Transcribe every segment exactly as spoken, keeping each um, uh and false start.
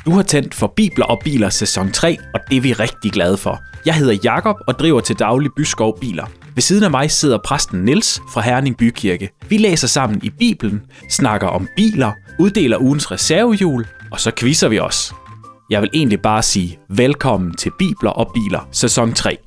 Du har tændt for Bibler og Biler sæson tre, og det er vi rigtig glade for. Jeg hedder Jakob og driver til daglig Byskov Biler. Ved siden af mig sidder præsten Niels fra Herning Bykirke. Vi læser sammen i Bibelen, snakker om biler, uddeler ugens reservehjul, og så quizzer vi os. Jeg vil egentlig bare sige velkommen til Bibler og Biler sæson tre.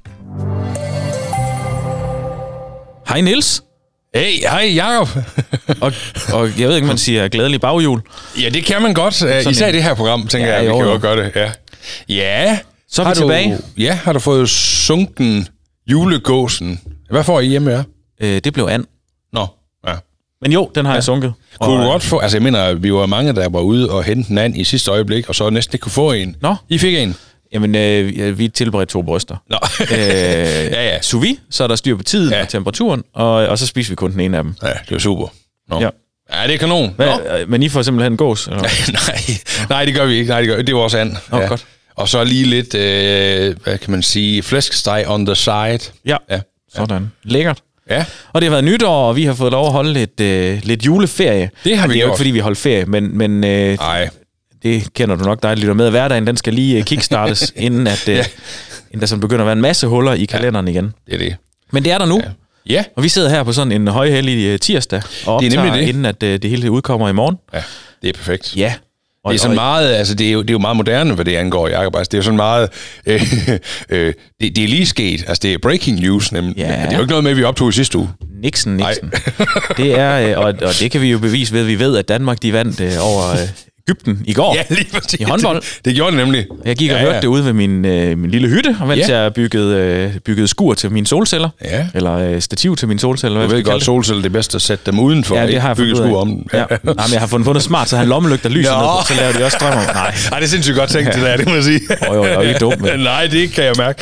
Hej Niels. Hey, hej Jakob. og, og jeg ved ikke, man siger glædelig baghjul. Ja, det kan man godt. Sådan især i det her program, tænker ja, jeg, vi jo, kan jo gøre det. Ja, ja. Så er vi tilbage. Du, ja, har du fået sunken julegåsen? Hvad får I hjemme her? Øh, det blev and. Nå, ja. Men jo, den har ja. jeg sunket. Kunne og, du godt få... Altså, jeg mener, vi var mange, der var ude og hente en and i sidste øjeblik, og så næsten ikke kunne få en. Nå. I fik en? Jamen, øh, vi tilberedte to bryster. Nå. øh, ja, ja. Sous vide, så er der styr på tiden ja. og temperaturen, og, og så spiser vi kun den ene af dem. Ja, det er super. Nå. Ja. Ja, det er kanon. Hvad, men I får simpelthen en gås? Eller? nej, nej, det gør vi ikke. Nej, det, gør, det er vores and. Nå, ja. godt. Og så lige lidt, øh, hvad kan man sige, flæskesteg on the side. Ja, ja. Sådan. Lækkert. Ja. Og det har været nytår, og vi har fået lov at holde lidt, øh, lidt juleferie. Det har vi Det er gjort. jo ikke, fordi vi holdt ferie, men... men øh, nej. Det kender du nok, dig lytter med. Hverdagen, den skal lige kickstartes, inden, at, ja. øh, inden der sådan begynder at være en masse huller i kalenderen ja, igen. Det er det. Men det er der nu. Ja. Ja. Og vi sidder her på sådan en højhellig tirsdag, og optager, det er det. inden at øh, det hele udkommer i morgen. Ja, det er perfekt. Ja. Og, det er sådan meget, altså det er jo, det er jo meget moderne, hvad det angår, Jacob. Altså, det er jo sådan meget, øh, øh, det, det er lige sket. Altså det er breaking news, nemlig. Ja. Det er jo ikke noget med, vi optog i sidste uge. Nixon, Nixon. Det er, og, og det kan vi jo bevise ved, at vi ved, at Danmark de vandt øh, over... Øh, Egypten i går. Ja, lige præcis. I håndbold. Det, det gjorde det nemlig. Jeg gik og ja, hørte ja. det ude ved min, øh, min lille hytte, og mens ja. jeg byggede, øh, byggede skur til mine solceller. Ja. Eller øh, stativ til mine solceller. Du ved godt, solceller det er bedst at sætte dem udenfor. Ja, det har jeg bygge skur om dem. Ja. Ja. Nej, men jeg har fundet, fundet smart, så han lommelygter lyser ned på, så laver de også strøm om. Nej. Ej, det er sindssygt godt tænkt, det der, det må jeg sige. Åh, jo, jeg er ikke dum. Men... Nej, det kan jeg mærke.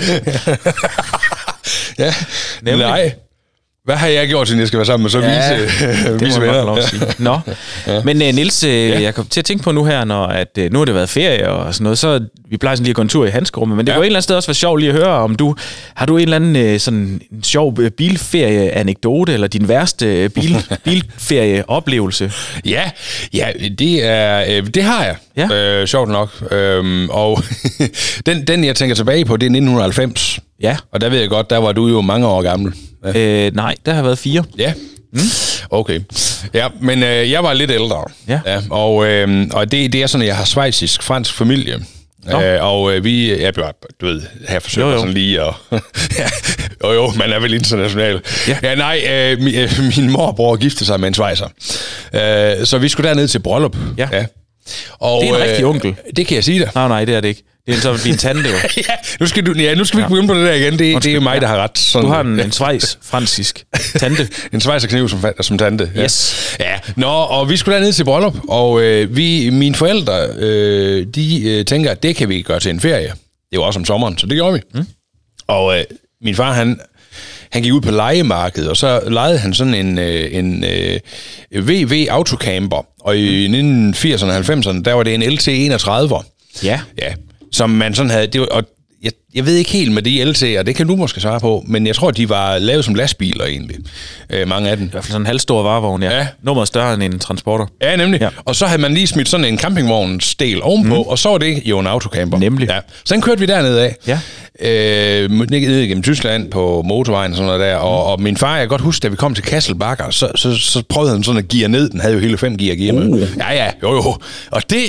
ja, nemlig. Nej. Hvad har jeg gjort, siden jeg skal være sammen med så ja, vise, vise venner? Ja. Nå, ja. Men uh, Niels, uh, ja. jeg kom til at tænke på nu her, når at, uh, nu har det været ferie og sådan noget, så vi plejer sådan lige at gå en tur i handskerummet, men det ja. kunne et eller andet sted også være sjovt lige at høre, om du har du en eller anden uh, sådan en sjov uh, bilferie-anekdote, eller din værste uh, bil, bilferie-oplevelse? Ja, ja, det er øh, det har jeg. Ja. Øh, sjovt nok. Øhm, og den, den, jeg tænker tilbage på, det er nitten halvfems. Ja. Og der ved jeg godt, der var du jo mange år gammel. Ja. Øh, nej, der har været fire. Ja. Mm. Okay. Ja, men øh, jeg var lidt ældre. Ja. Ja og øh, og det, det er sådan, at jeg har schweizisk fransk familie. Øh, og øh, vi, ja, du ved, her forsøger jeg sådan lige at... ja, jo jo, man er vel international. Ja, ja nej, øh, min, øh, min morbror giftede sig med en schweizer. Øh, så vi skulle derned til bryllup. Ja. Ja. Og, det er en rigtig øh, onkel. Det kan jeg sige dig. Nej, nej, det er det ikke. Det er så din tante jo. ja, nu skal, du, ja, nu skal vi ikke begynde på det der igen. Det, det er jo mig, der har ret. Sådan. Du har en, en schweiz fransk tante. en schweizer kniv som, som tante. Ja. Yes. Ja. Nå, og vi skulle derned til bryllup, og øh, vi, mine forældre, øh, de øh, tænker, at det kan vi gøre til en ferie. Det var også om sommeren, så det gjorde vi. Mm. Og øh, min far, han... Han gik ud på lejemarkedet, og så lejede han sådan en, en, en V W Autocamper. Og i nitten firserne og halvfemserne, der var det en L T enogtredive. Ja. Ja. Som man sådan havde... Det var, og jeg, jeg ved ikke helt med de L T'er, det kan du måske svare på, men jeg tror, de var lavet som lastbiler egentlig. Øh, mange af dem. I hvert fald sådan en halvstor varevogn, ja. ja. Nummeret større end en transporter. Ja, nemlig. Ja. Og så havde man lige smidt sådan en campingvognsdel ovenpå, mm. og så var det jo en autocamper. Nemlig. Ja. Så den kørte vi dernede af. Ja. Øh, ned gennem Tyskland på motorvejen og sådan noget der. Og, mm. og min far, jeg kan godt huske, da vi kom til Kasselbakker, så, så, så prøvede han sådan at gear ned. Den havde jo hele fem gear gear med. Uh. Ja, ja, jo jo. Og det...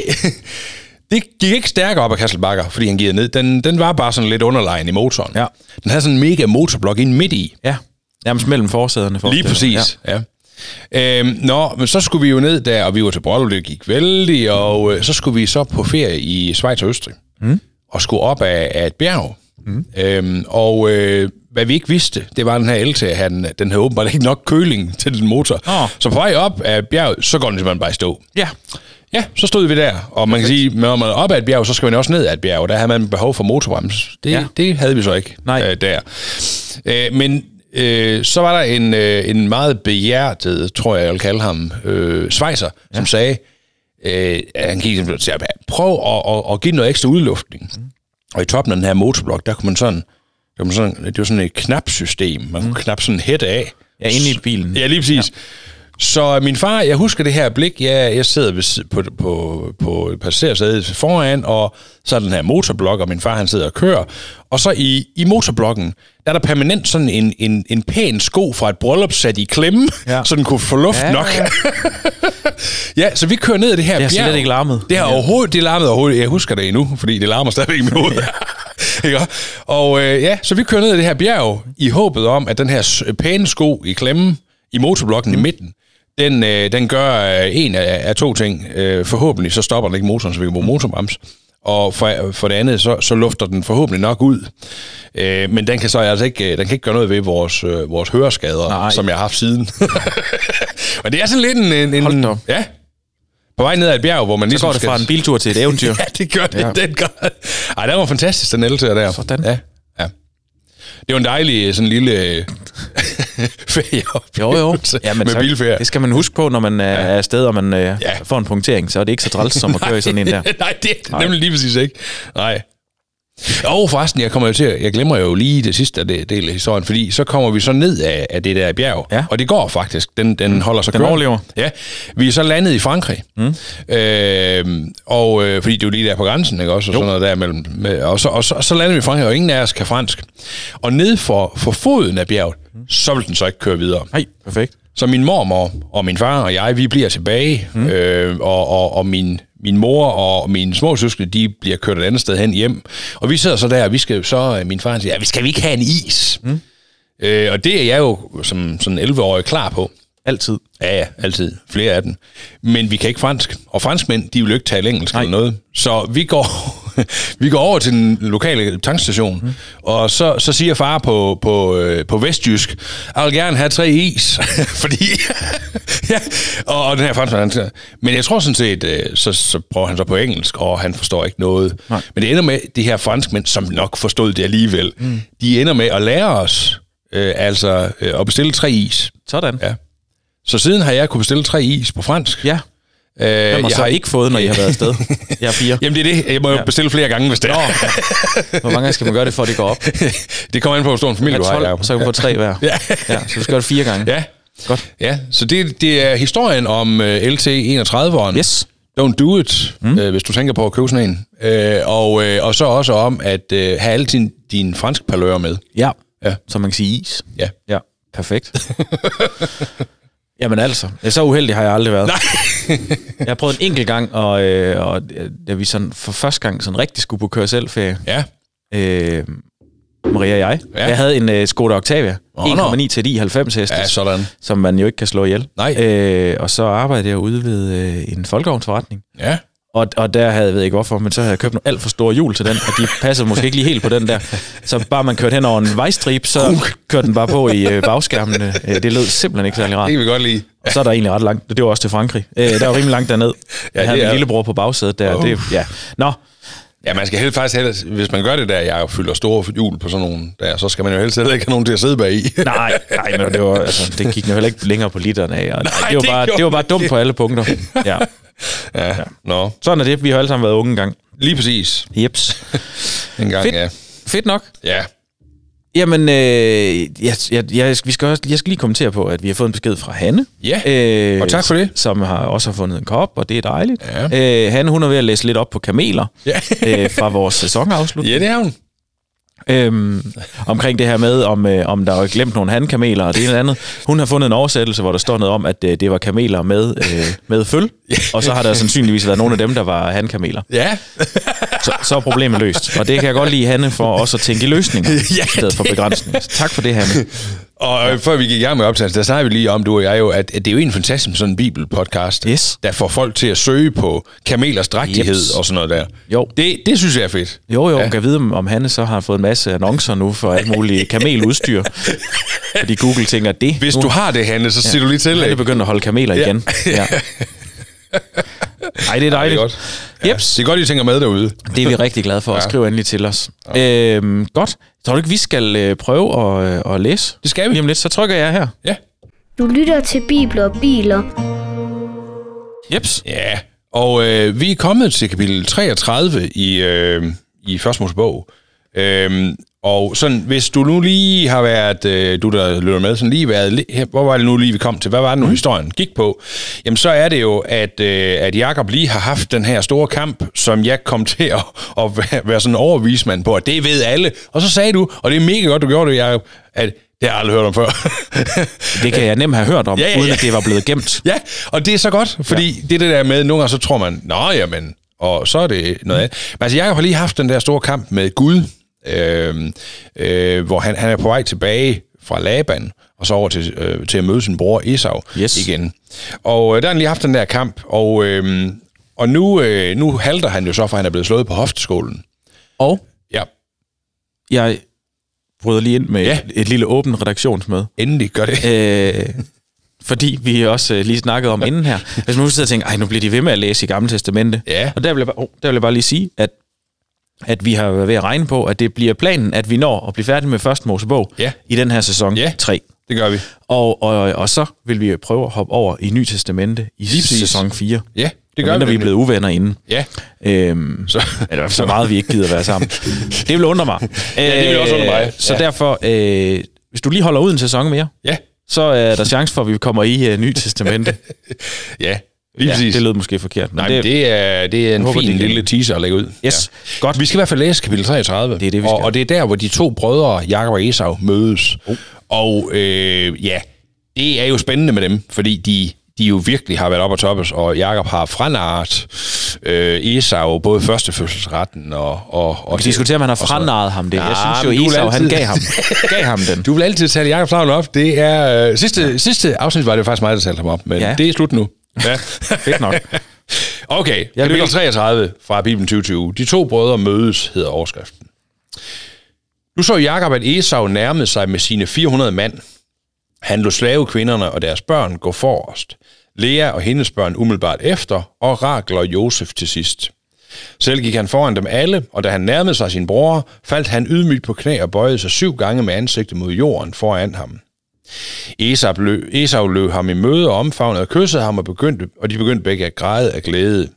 Det gik ikke stærkere op ad Kasselbakker, fordi han gearede ned. Den, den var bare sådan lidt underlegen i motoren. Ja. Den havde sådan en mega motorblok inde midt i. Ja, nærmest mellem forsæderne. Lige præcis, ja. ja. Øhm, nå, men så skulle vi jo ned der, og vi var til bryllup, det gik vældig, og øh, så skulle vi så på ferie i Schweiz og Østrig, mm. og skulle op af, af et bjerg. Mm. Øhm, og øh, hvad vi ikke vidste, det var den her L T, den, den havde åbenbart ikke nok køling til den motor. Oh. Så på vej op af bjerget, så går den simpelthen bare i stå. Ja. Ja, så stod vi der, og man kan sige, når man er op ad et bjerg, så skal man også ned ad et bjerg, og der havde man behov for motorbrems. Det, ja. det havde vi så ikke øh, der. Øh, men øh, så var der en, øh, en meget behjertet, tror jeg, jeg vil kalde ham, øh, schweizer, ja. som sagde, øh, han kiggede og sagde, prøv at, at, at give noget ekstra udluftning. Mm. Og i toppen af den her motorblok, der kunne man sådan, det var sådan, det var sådan et knapsystem, man kunne mm. knappe sådan en hætte af. Ja, inde i bilen. Ja, lige præcis. Ja. Så min far, jeg husker det her blik, ja, jeg sidder ved, på, på, på passagersædet foran, og så er den her motorblok, og min far han sidder og kører. Og så i, i motorblokken, der er der permanent sådan en, en, en pæn sko fra et bryllup sat i klemme, ja. Så den kunne få luft ja, nok. Ja. Ja, så vi kører ned ad det her bjerg. Det har slet ikke larmet. Det har overhovedet, det larmede overhovedet, jeg husker det endnu, fordi det larmer stadigvæk i mit hoved. Ja. Og øh, ja, så vi kører ned ad det her bjerg, i håbet om, at den her pæne sko i klemme, i motorblokken mm. i midten, Den, øh, den gør øh, en af, af to ting. Øh, forhåbentlig så stopper den ikke motoren, så vi kan bruge motorbrems. Og for, for det andet, så, så lufter den forhåbentlig nok ud. Øh, men den kan så altså ikke, den kan ikke gøre noget ved vores, øh, vores høreskader, Nej. Som jeg har haft siden. Og det er sådan lidt en... en, en ja, på vej ned ad et bjerg, hvor man så ligesom går det fra skal... en biltur til et eventyr. Ja, det gør det, ja. Den gør. Ej, det var fantastisk, den eltager der. Sådan. Ja, ja. Det var en dejlig sådan lille ferie jo, jo. Ja, men med så, bilferie. Det skal man huske på, når man er ja. afsted, og man øh, ja. får en punktering, så er det ikke så træls som at køre i sådan en der. Nej, det er det nemlig lige præcis ikke. Nej. Og forresten, jeg kommer jo til, jeg glemmer jo lige det sidste del af historien, fordi så kommer vi så ned af, af det der bjerg, ja. Og det går faktisk, den, den holder sig Den kører. overlever. Ja, vi er så landet i Frankrig, mm. øh, og øh, fordi det er jo lige der på grænsen, ikke også, og jo. Sådan noget der mellem, med, og, så, og, så, og så lander vi i Frankrig, og ingen af os kan fransk. Og ned for, for foden af bjerget, mm. så vil den så ikke køre videre. Nej, perfekt. Så min mormor og min far og jeg, vi bliver tilbage, mm. øh, og, og, og min, min mor og mine små søskende, de bliver kørt et andet sted hen hjem. Og vi sidder så der, og vi skal så, min far siger, ja, skal vi ikke have en is? Mm. Øh, og det er jeg jo som sådan elleve-årig klar på. Altid. Ja, ja, altid. Flere af dem. Men vi kan ikke fransk. Og franskmænd, de vil jo ikke tale engelsk Nej. Eller noget. Så vi går, vi går over til den lokale tankstation, mm. og så, så siger far på, på, på vestjysk, jeg vil gerne have tre is. Fordi... ja, og, og den her franskmand, han, men jeg tror sådan set, så, så prøver han så på engelsk, og han forstår ikke noget. Nej. Men det ender med, de her franskmænd, som nok forstod det alligevel, mm. de ender med at lære os, øh, altså øh, at bestille tre is. Sådan. Ja. Så siden har jeg kunne bestille tre is på fransk. Ja. Øh, jeg har så ikke fået, når I har været afsted. Jeg er fire. Jamen det er det. Jeg må jo ja. bestille flere gange, hvis det er. Hvor mange gange skal man gøre det, for at det går op? Det kommer an på, hvor stor en familie du har. tolv, så kan man få tre hver. Ja. Ja, så du skal gøre det fire gange. Ja. Godt. Ja, så det, det er historien om uh, L T enogtrediveren. Yes. Don't do it, mm. øh, hvis du tænker på at købe sådan en. Øh, og, øh, og så også om at øh, have alle dine din fransk palører med. Ja. Ja, så man kan sige is. Ja. Ja, perfekt. Jamen altså, så uheldig har jeg aldrig været. Nej. Jeg har prøvet en enkelt gang, og, øh, og da vi sådan for første gang sådan rigtig skulle på køre-selv-ferie, ja. øh, Maria og jeg, ja. jeg havde en uh, Skoda Octavia, oh, en komma ni T D I halvfems heste, ja, sådan. Som man jo ikke kan slå ihjel. Nej. Øh, og så arbejdede jeg ude ved øh, en folkevognsforretning. Ja. Og, og der havde jeg ved ikke hvorfor, men så havde jeg købt nogle alt for store hjul til den, og de passede måske ikke lige helt på den der. Så bare man kørte hen over en vejstribe, så uh. kørte den bare på i øh, bagskærmene. Det lød simpelthen ikke særlig rart. Det kan vi godt lide. Og så er der egentlig ret langt. Det var også til Frankrig. Øh, der var rimelig langt derned. Ja, jeg havde min lillebror på bagsædet der. Uh. Det, ja. Nå. Ja, man skal helst faktisk helst, hvis man gør det der, jeg fylder store hjul på sådan nogle der, så skal man jo helst heller ikke have nogen til at sidde bag i. nej, nej, men det var altså, det gik jo heller ikke længere på literen af. Og, nej, det var bare, det var bare dumt på alle punkter. Ja. Ja, ja. No. Sådan er det. Vi har alle sammen været unge engang. Lige præcis. Jeps. En gang, Fedt. ja. Fedt nok. Ja. Jamen, øh, jeg, jeg, jeg, vi skal også, jeg skal lige kommentere på, at vi har fået en besked fra Hanne. Ja, øh, og tak for det. Som har også har fundet en kop, og det er dejligt. Ja. Øh, Hanne, hun er ved at læse lidt op på kameler ja. øh, fra vores sæsonafslutning. Ja, det er hun. Øhm, omkring det her med, om, øh, om der er glemt nogle hankameler og det eller andet. Hun har fundet en oversættelse, hvor der står noget om, at øh, det var kameler med, øh, med føl, og så har der sandsynligvis været nogle af dem, der var hankameler. Ja. så, så er problemet løst. Og det kan jeg godt lide, Hanne, for også at tænke i løsninger, ja, i stedet for begrænsning. Tak for det, Hanne. Og ja. Før vi gik i gang med optagelsen, der snakker vi lige om, du og jeg jo, at det er jo en fantastisk sådan en bibelpodcast, yes. der får folk til at søge på kamelers drægtighed yes. og sådan noget der. Jo. Det, det synes jeg er fedt. Jo, jo, ja. Kan vide, om Hanne så har fået en masse annoncer nu for alt muligt kameludstyr. Fordi Google tænker, det... Hvis nu, du har det, Hanne, så ja. siger du lige til. Hanne begynder at holde kameler ja. igen. Ja. Ej, det er dejligt. Ja, det er godt. Ja. Jeps. Det er godt, I tænker med derude. Det er vi rigtig glade for. Ja. Skriv endelig til os. Ja. Øhm, godt. Tror du ikke, vi skal øh, prøve at, øh, at læse? Det skal vi. Lige om lidt, så trykker jeg her. Ja. Du lytter til Bibler og Biler. Jeps. Ja, og øh, vi er kommet til kapitel treogtredive i, øh, i Første Mosebog. Øhm, og sådan, hvis du nu lige har været, øh, du der lytter med, sådan lige været, her, hvor var det nu lige, vi kom til? Hvad var det nu, mm. historien gik på? Jamen, så er det jo, at, øh, at Jakob lige har haft den her store kamp, som jeg kom til at, at være, være sådan en overvismand på, og det ved alle. Og så sagde du, og det er mega godt, du gjorde det, Jakob, at det har jeg aldrig hørt om før. Det kan jeg nemt have hørt om, ja, ja, ja. Uden at det var blevet gemt. Ja, og det er så godt, fordi ja. det er det der med, nogle gange så tror man, nå jamen, og så er det noget andet. Men altså, Jakob har lige haft den der store kamp med Gud, øh, øh, hvor han, han er på vej tilbage fra Laban, og så over til, øh, til at møde sin bror Esau yes. igen. Og øh, der har han lige haft den der kamp, og, øh, og nu, øh, nu halter han jo så, for han er blevet slået på hofteskålen. Og? Ja. Jeg bryder lige ind med ja. et, et lille åbent redaktionsmøde. Endelig gør det. Øh, fordi vi også øh, lige snakkede om inden her. Hvis man nu sidder og tænker, ej, nu bliver de ved med at læse i Gamle Testamente. Ja. Og der vil, jeg bare, oh, der vil jeg bare lige sige, at, at vi har været ved at regne på, at det bliver planen, at vi når at blive færdige med første Mosebog ja. i den her sæson ja. tre. Det gør vi. Og, og, og så vil vi prøve at hoppe over i Ny Testamente i sæson fire. Ja, det gør vi. vi. vi er blevet uvenner inden. Ja. Øhm, så, eller så meget, vi ikke gider være sammen. Det vil undre mig. Ja, det vil også undre mig. Så ja. derfor, øh, hvis du lige holder ud en sæson mere, ja. så er der chance for, at vi kommer i uh, Ny Testamente. ja, lige ja, præcis. Det lød måske forkert. Nej, det, det, er, det er en håber, fin det lille teaser at lægge ud. Yes, ja. Godt. Vi skal i hvert fald læse kapitel treogtredive. Det er det, vi skal. Og, og det er der, hvor de to brødre, Jakob og Esau, mødes. Oh. Og øh, ja, det er jo spændende med dem, fordi de, de jo virkelig har været op og toppes, og Jakob har franarret øh, Esau både førstefødselsretten og... og, og vi diskuterer, om han har franarret ham det. Ja, jeg synes jo, Esau, altid... han gav ham, gav ham den. Du vil altid tale Jakobs navn op. Det er... Øh, sidste, ja. sidste afsnit var det faktisk mig, der talte ham op, men ja. det er slut nu. Ja, fedt nok. Okay, kapitel treogtredive fra Bibelen tyve tyve. De to brødre mødes, hedder overskriften. Nu så Jakob, at Esau nærmede sig med sine fire hundrede mand. Han lod slavekvinderne og deres børn gå forrest. Lea og hendes børn umiddelbart efter, og Rachel og Josef til sidst. Selv gik han foran dem alle, og da han nærmede sig sin bror, faldt han ydmygt på knæ og bøjede sig syv gange med ansigtet mod jorden foran ham. Esau løb, Esau løb ham i møde og omfavnede og kyssede ham, og, begyndte, og de begyndte begge at græde af glæde.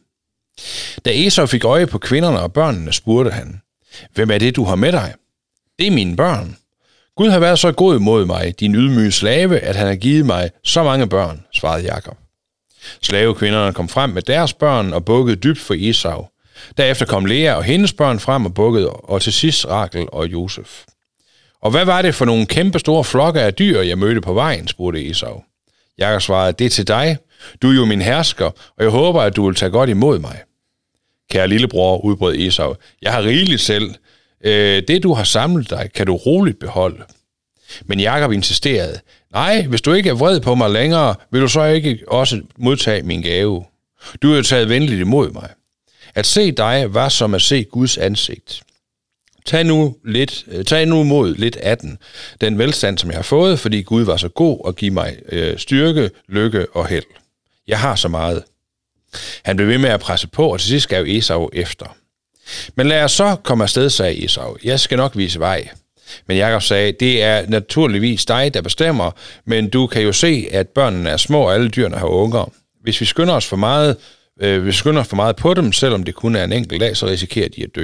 Da Esau fik øje på kvinderne og børnene, spurgte han, hvem er det, du har med dig? Det er mine børn. Gud har været så god mod mig, din ydmyge slave, at han har givet mig så mange børn, svarede Jakob. Slavekvinderne kom frem med deres børn og bukkede dybt for Esau. Derefter kom Lea og hendes børn frem og bukkede, og til sidst Rachel og Josef. Og hvad var det for nogle kæmpe store flokke af dyr, jeg mødte på vejen, spurgte Esau. Jakob svarede, det er til dig. Du er jo min hersker, og jeg håber, at du vil tage godt imod mig. Kære lillebror, udbrød Esau, jeg har rigeligt selv. Det, du har samlet dig, kan du roligt beholde. Men Jakob insisterede, nej, hvis du ikke er vred på mig længere, vil du så ikke også modtage min gave. Du har jo taget venligt imod mig. At se dig var som at se Guds ansigt. Tag nu, lidt, tag nu mod lidt af den, den velstand, som jeg har fået, fordi Gud var så god at give mig øh, styrke, lykke og held. Jeg har så meget. Han blev ved med at presse på, og til sidst gav Esau efter. Men lad os så komme afsted, sagde Esau. Jeg skal nok vise vej. Men Jakob sagde, det er naturligvis dig, der bestemmer, men du kan jo se, at børnene er små, og alle dyrene har unger. Hvis vi skynder os for meget, øh, vi skynder os for meget på dem, selvom det kun er en enkelt dag, så risikerer de at dø.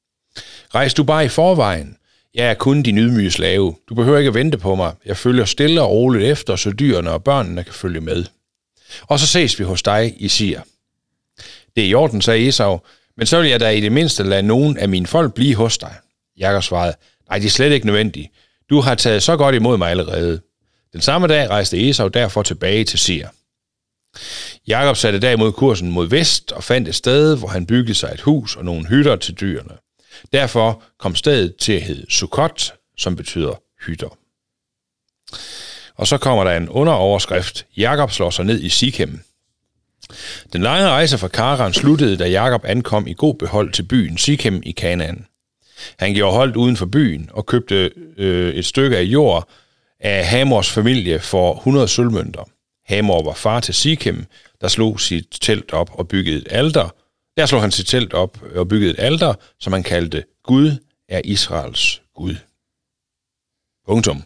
Rejs du bare i forvejen. Jeg er kun din ydmyge slave. Du behøver ikke at vente på mig. Jeg følger stille og roligt efter, så dyrene og børnene kan følge med. Og så ses vi hos dig i Sir. Det er i orden, sagde Esau, men så vil jeg da i det mindste lade nogen af mine folk blive hos dig. Jakob svarede, nej, det er slet ikke nødvendigt. Du har taget så godt imod mig allerede. Den samme dag rejste Esau derfor tilbage til Sir. Jakob satte derimod kursen mod vest og fandt et sted, hvor han byggede sig et hus og nogle hytter til dyrene. Derfor kom stedet til at hedde Sukkot, som betyder hytter. Og så kommer der en underoverskrift. Jakob slår sig ned i Sikhem. Den lange rejse fra Karan sluttede, da Jakob ankom i god behold til byen Sikhem i Kanaan. Han gjorde holdt uden for byen og købte øh, et stykke af jord af Hamors familie for hundrede sølvmønter. Hamor var far til Sikhem, der slog sit telt op og byggede et alter. Der slog han sit telt op og byggede et alter, som han kaldte Gud er Israels Gud. Punktum.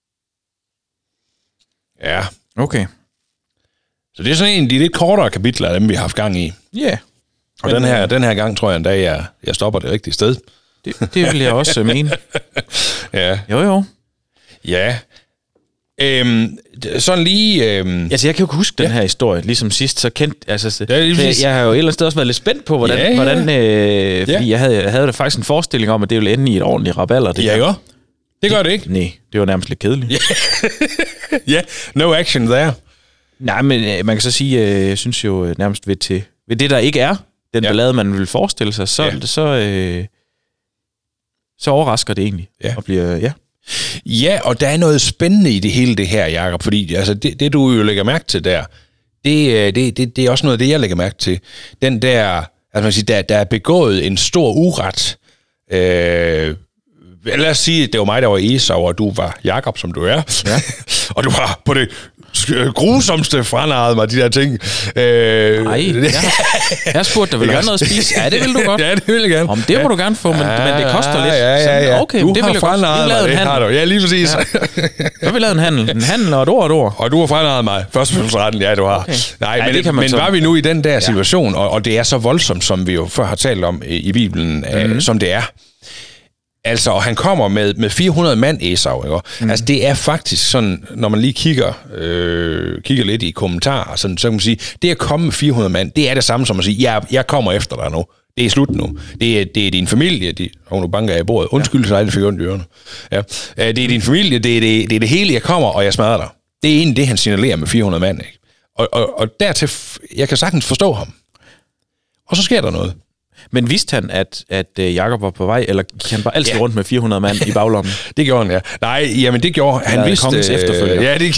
Ja. Okay. Så det er sådan en af de lidt kortere kapitler af dem, vi har haft gang i. Ja. Yeah. Og den her, den her gang tror jeg endda, jeg, jeg stopper det rigtige sted. det, det vil jeg også mene. Ja. Jo, jo. Ja. Øhm, sådan lige... Øhm, Altså, jeg kan jo huske den her historie, ligesom sidst, så kendt... Altså, Ja, lige jeg, præcis. jeg har jo et eller andet sted også været lidt spændt på, hvordan... Ja, ja. hvordan øh, fordi Ja. jeg havde, jeg havde da faktisk en forestilling om, at det ville ende i et ordentligt rabalder. Det ja, her. jo. Det gør det ikke. Nej, det var nærmest lidt kedeligt. Ja. Ja, no action there. Nej, men øh, man kan så sige, øh, jeg synes jo øh, nærmest ved, til, ved det, der ikke er, den Ja. ballade, man vil forestille sig, så, Ja. så, øh, så overrasker det egentlig. Ja. Og bliver, ja. Ja, og der er noget spændende i det hele det her, Jacob, fordi altså, det, det, du jo lægger mærke til der, det, det, det, det er også noget af det, jeg lægger mærke til. Den der, altså man siger, der, der er begået en stor uret. Øh, lad os sige, at det var mig, der var Esau, og du var Jacob, som du er. Ja. Og du var på det grusomste franarede mig, de der ting. Øh, Ej, ja. Jeg spurgte dig, vil du have noget at spise? Ja, det vil du godt. Ja, det vil jeg gerne. Om det må du gerne få, men, Ja, men det koster lidt. Ja, ja, ja. Så, okay, du det vil har jeg godt. franarret Vi lavede mig, en det har handel. du. Ja, lige præcis. Så har vi lavet en handel. En handel og et ord og et ord. Og du har franarret mig. Førstefølelsesretten, ja, du har. Okay. Nej, Ja, men, det kan man men så- var vi nu i den der situation, og, og det er så voldsomt, som vi jo før har talt om i, i Bibelen, mm-hmm. øh, som det er. Altså, og han kommer med, med fire hundrede mand, Esau, ikke? Mm. Altså, det er faktisk sådan, når man lige kigger, øh, kigger lidt i kommentarer, sådan, så kan man sige, det at komme med fire hundrede mand, det er det samme som at sige, jeg, jeg kommer efter dig nu. Det er slut nu. Det er, det er din familie, de, og nu banker jeg i bordet. Undskyld, så jeg fik ondt i ørerne. Ja. Det er din familie, det er det, det er det hele, jeg kommer, og jeg smadrer dig. Det er egentlig det, han signalerer med fire hundrede mand, ikke? Og, og, og dertil, jeg kan sagtens forstå ham. Og så sker der noget. Men vidste han, at, at øh, Jakob var på vej, eller gik han bare altid Ja. rundt med fire hundrede mand i baglommen? Det gjorde han, ja. Nej, jamen det gjorde han. Eller vidste... kongens efterfølger. Ja, det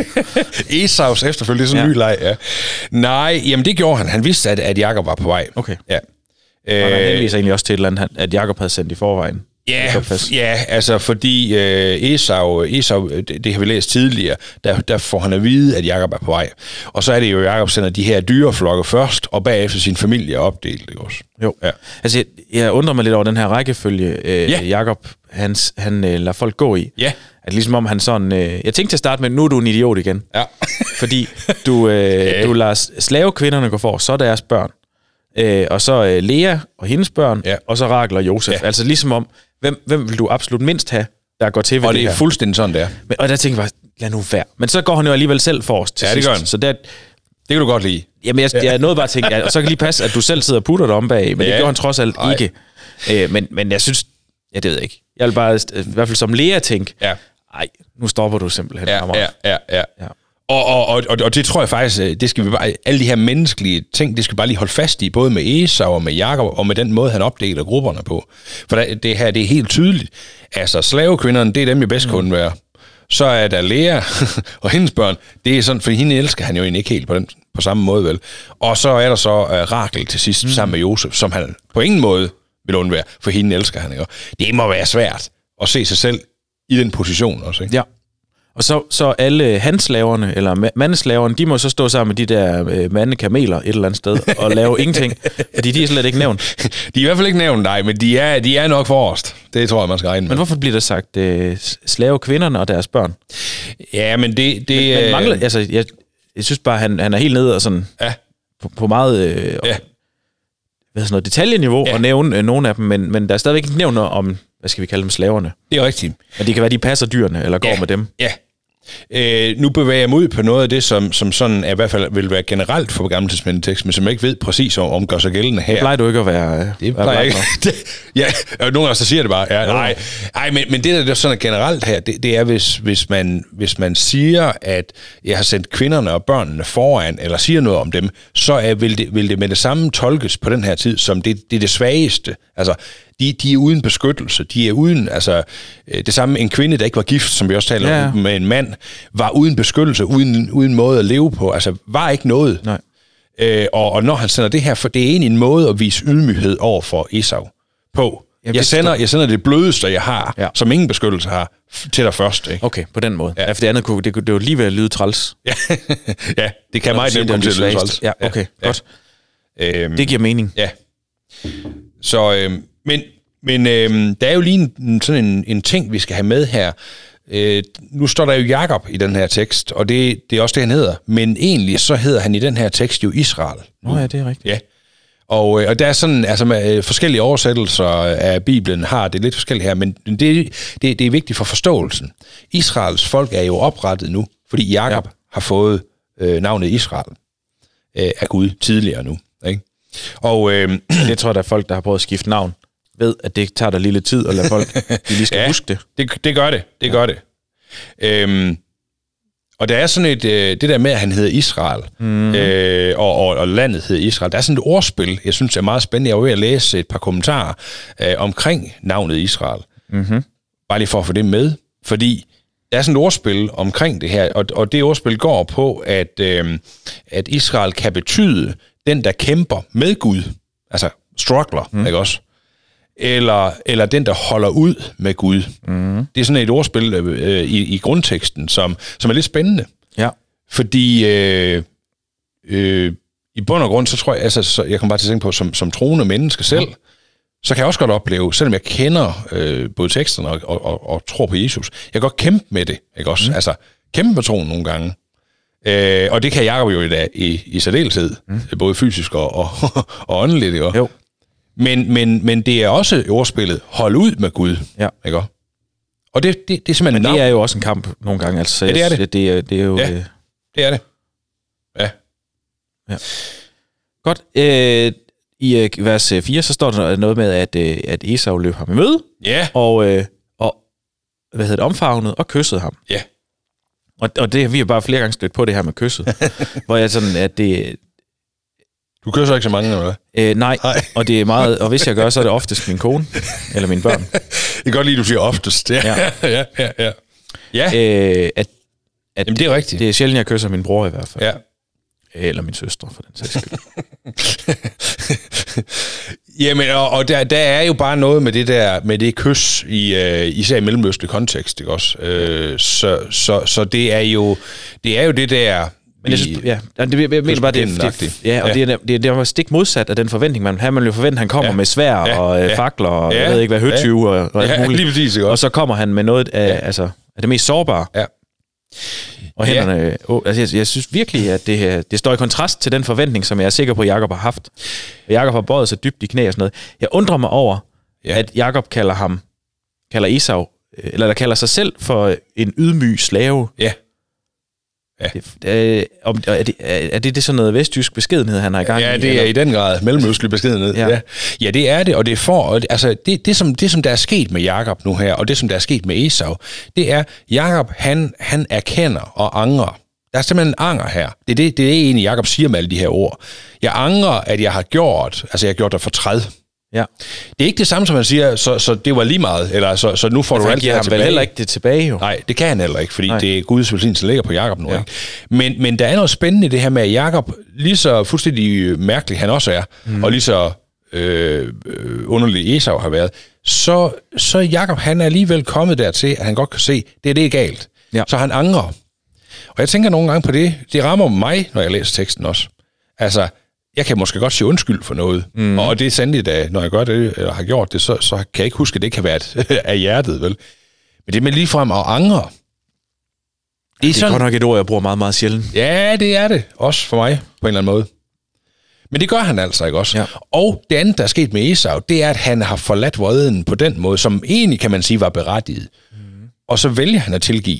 Esaus efterfølger, det er sådan en Ja. ny leg, ja. Nej, jamen det gjorde han. Han vidste, at, at Jakob var på vej. Okay. Ja. Og han henviser egentlig også til et eller andet, han- at Jakob havde sendt i forvejen. Ja, Det kan passe. ja, altså fordi øh, Esau, Esau det, det har vi læst tidligere, der, der får han at vide, at Jakob er på vej. Og så er det jo, Jakob sender de her dyreflokke først, og bagefter sin familie er opdelt, ikke også? Jo. Ja. Altså, jeg, jeg undrer mig lidt over den her rækkefølge, øh, Ja. Jakob, han, han øh, lader folk gå i. Ja. At ligesom om han sådan... Øh, jeg tænkte til at starte med, nu er du en idiot igen. Ja. Fordi du, øh, Ja. du lader slavekvinderne gå for, så er deres børn. Øh, og så øh, Lea og hendes børn, Ja. og så Rachel og Josef. Ja. Altså ligesom om, hvem, hvem vil du absolut mindst have, der går til ved Og det det er her? fuldstændig sådan, der. Men, og der tænker jeg bare, lad nu være. Men så går han jo alligevel selv forrest til Ja, det sidst. gør han. Så der, Det kan du godt lide. jamen, jeg, jeg nåede bare at tænke, ja, og så kan det lige passe, at du selv sidder og putter dig om bag, men Ja. det gjorde han trods alt Ej. ikke. Øh, men, men jeg synes, ja, det ved jeg ikke. Jeg vil bare, øh, i hvert fald som Lea, tænke, Ja. ej, nu stopper du simpelthen. Ja, kammerat. ja, ja, ja. Ja. Og, og, og, og, og det tror jeg faktisk, øh, det skal vi bare, alle de her menneskelige ting, det skal vi bare lige holde fast i, både med Esau og med Jakob, og med den måde, han opdeler grupperne på. For der, det her, det er helt tydeligt. Altså, slavekvinderne, det er dem, jeg bedst kunne være. Så er der Lea og hendes børn, det er sådan, for hende elsker han jo egentlig ikke helt på, den, på samme måde, vel. Og så er der så uh, Rachel til sidst, mm. sammen med Josef, som han på ingen måde vil undvære, for hende elsker han, ikke? Det må være svært at se sig selv i den position også, ikke? Ja. Og så, så alle handslaverne, eller ma- mandeslaverne, de må så stå sammen med de der øh, mandekameler et eller andet sted, og lave ingenting, fordi de er slet ikke nævnt. De er i hvert fald ikke nævnt, nej, men de er, de er nok forrest. Det tror jeg, man skal regne med. Men hvorfor bliver der sagt øh, slavekvinderne og deres børn? Ja, men det... det Men øh, mangler, altså, jeg, jeg synes bare, han, han er helt nede og sådan, Ja, på, på meget øh, ja, hvad sådan noget, detaljeniveau Ja. at nævne øh, nogle af dem, men, men der er stadigvæk ikke nævnt noget om, hvad skal vi kalde dem, slaverne. det er rigtigt. Men det kan være, de passer dyrene, eller går Ja. med dem. Ja. Øh, nu bevæger jeg mig ud på noget af det, som, som sådan er, i hvert fald vil være generelt for Gamle Testamentet tekst, men som jeg ikke ved præcis om, om gør sig gældende her. Det plejer du ikke at være... øh, Det være plejer jeg bleg ikke. Det, ja, og nogle af os, der siger det bare. Ja, nej, nej men, men det, der er sådan generelt her, det, det er, hvis, hvis, man, hvis man siger, at jeg har sendt kvinderne og børnene foran, eller siger noget om dem, så er, vil, det, vil det med det samme tolkes på den her tid, som det, det er det svageste. Altså, de, de er uden beskyttelse. De er uden, altså, øh, det samme, en kvinde, der ikke var gift, som vi også taler Ja. om, med en mand, var uden beskyttelse, uden, uden måde at leve på. Altså, var ikke noget. Nej. Øh, og, og når han sender det her, for det er egentlig en måde at vise ydmyghed over for Esau på. Jamen, Jeg det sender, forstår- jeg sender det blødeste, jeg har, Ja. som ingen beskyttelse har, f- til dig først. Ikke? Okay, på den måde. Ja. Ja, for det andet kunne, det, kunne- det var lige ved at lyde træls. Ja. Ja, det kan meget nemt komme til at lyde træls. Ja, okay, Ja. godt. Øhm, Det giver mening. Ja. Så, øhm, men, men øhm, der er jo lige en, sådan en, en ting, vi skal have med her. Øh, nu står der jo Jakob i den her tekst, og det, det er også det, han hedder. Men egentlig så hedder han i den her tekst jo Israel. Nå ja, det er rigtigt. Ja. Og, og der er sådan, altså med forskellige oversættelser af Bibelen har det lidt forskelligt her, men det, det, det er vigtigt for forståelsen. Israels folk er jo oprettet nu, fordi Jakob ja. har fået øh, navnet Israel øh, af Gud tidligere nu. Ikke? Og øh, det tror jeg, der er folk, der har prøvet at skifte navn, ved, at det tager der lille tid at lade folk, de lige skal ja, huske det. det. Det gør det, det ja. gør det. Øhm, og der er sådan et, øh, det der med, at han hedder Israel, mm. øh, og, og, og landet hedder Israel, der er sådan et ordspil, jeg synes er meget spændende. Jeg var ved at læse et par kommentarer øh, omkring navnet Israel. Mm-hmm. Bare lige for at få det med, fordi der er sådan et ordspil omkring det her, og, og det ordspil går på, at, øh, at Israel kan betyde den, der kæmper med Gud, altså struggler, mm. ikke også? Eller, eller den, der holder ud med Gud. Mm. Det er sådan et ordspil øh, i, i grundteksten, som, som er lidt spændende. Ja. Fordi øh, øh, i bund og grund, så tror jeg, altså, så jeg kommer bare til at tænke på, som, som troende menneske selv, ja. så kan jeg også godt opleve, selvom jeg kender øh, både teksterne og, og, og, og tror på Jesus, jeg kan godt kæmpe med det, ikke også? Mm. Altså, kæmpe med troen nogle gange. Øh, og det kan Jakob jo i dag, i, i særdeleshed, mm. både fysisk og, og, og åndeligt, ikke? Jo. Men, men, men det er også ordspillet, hold ud med Gud, ja. ikke? Og det, det, det er simpelthen... Men det er jo også en kamp nogle gange, altså. Ja, det er det. Det er, det er jo... Ja, øh... det er det. Ja. ja. Godt. Øh, I øh, vers fire, så står der noget med, at, øh, at Esau løb ham i møde, ja. og, øh, og hvad hedder det, omfavnede og kyssede ham. Ja. Og, og det, vi har bare flere gange stødt på det her med kysset, hvor jeg sådan, at det... Du kysser ikke så mange, eller hvad? Øh, nej, nej, og det er meget, og hvis jeg gør, så er det oftest min kone, eller mine børn. Det er godt lige, du siger oftest. Ja, ja, ja, ja. ja. ja. Øh, at, at Jamen, det er rigtigt. Det er sjældent, jeg kysser min bror i hvert fald. Ja. Eller min søstre, for den sags skyld. Jamen, og, og der, der er jo bare noget med det der, med det kys, i, uh, især i mellemøstlig kontekst, ikke også? Uh, så, så, så det er jo det er jo det der... Men jeg synes, ja, det, jeg mener bare, det, det, ja, og ja. det er det, det er stik modsat af den forventning, man har. Man jo forventer, at han kommer ja. med svær ja. og ja. fakler og ja. jeg ved ikke hvad, høtyve ja. og, og alt muligt. Ja, lige præcis, og så kommer han med noget af, ja. altså, af det mest sårbare. Ja. Og hænderne, ja. oh, altså jeg, jeg synes virkelig, at det, det står i kontrast til den forventning, som jeg er sikker på, at Jakob har haft. Jakob har bøjet sig dybt i knæ og sådan noget. Jeg undrer mig over, ja. at Jakob kalder ham, kalder Esau, eller der kalder sig selv for en ydmyg slave. Ja. Ja. Det, øh, er, det, er det det sådan noget vestjysk beskedenhed, han har i gang i? Ja, det er i den grad mellemøstlig beskedenhed. Ja. Ja. ja, det er det, og det er for, altså det, det, som, det som der er sket med Jakob nu her, og det som der er sket med Esau, det er, Jakob han, han erkender og angrer. Der er simpelthen en anger her. Det er det, det er egentlig, Jakob siger med alle de her ord. Jeg angrer, at jeg har gjort, altså jeg har gjort dig fortræd. Ja. Det er ikke det samme, som man siger, så, så det var lige meget, eller så, så nu får altså, du alt det her tilbage. Han vel heller ikke det tilbage, jo. Nej, det kan han heller ikke, fordi Nej. det er Guds velsignelse, der ligger på Jakob nu. Ja. Ikke? Men, men der er noget spændende i det her med, at Jakob, lige så fuldstændig mærkelig han også er, mm. og lige så øh, underlig Esau har været, så, så Jakob, han er alligevel kommet dertil, at han godt kan se, det er det er galt. Ja. Så han angrer. Og jeg tænker nogle gange på det, det rammer mig, når jeg læser teksten også. Altså, jeg kan måske godt sige undskyld for noget, mm. og det er sandelig, at når jeg gør det, eller har gjort det, så, så kan jeg ikke huske, at det kan være et, af hjertet, vel? Men det med ligefrem at angre. Det er, det er sådan, godt nok et ord, jeg bruger meget, meget sjældent. Ja, det er det. Også for mig, på en eller anden måde. Men det gør han altså ikke også. Ja. Og det andet, der er sket med Esau, det er, at han har forladt vreden på den måde, som egentlig, kan man sige, var berettiget. Mm. Og så vælger han at tilgive.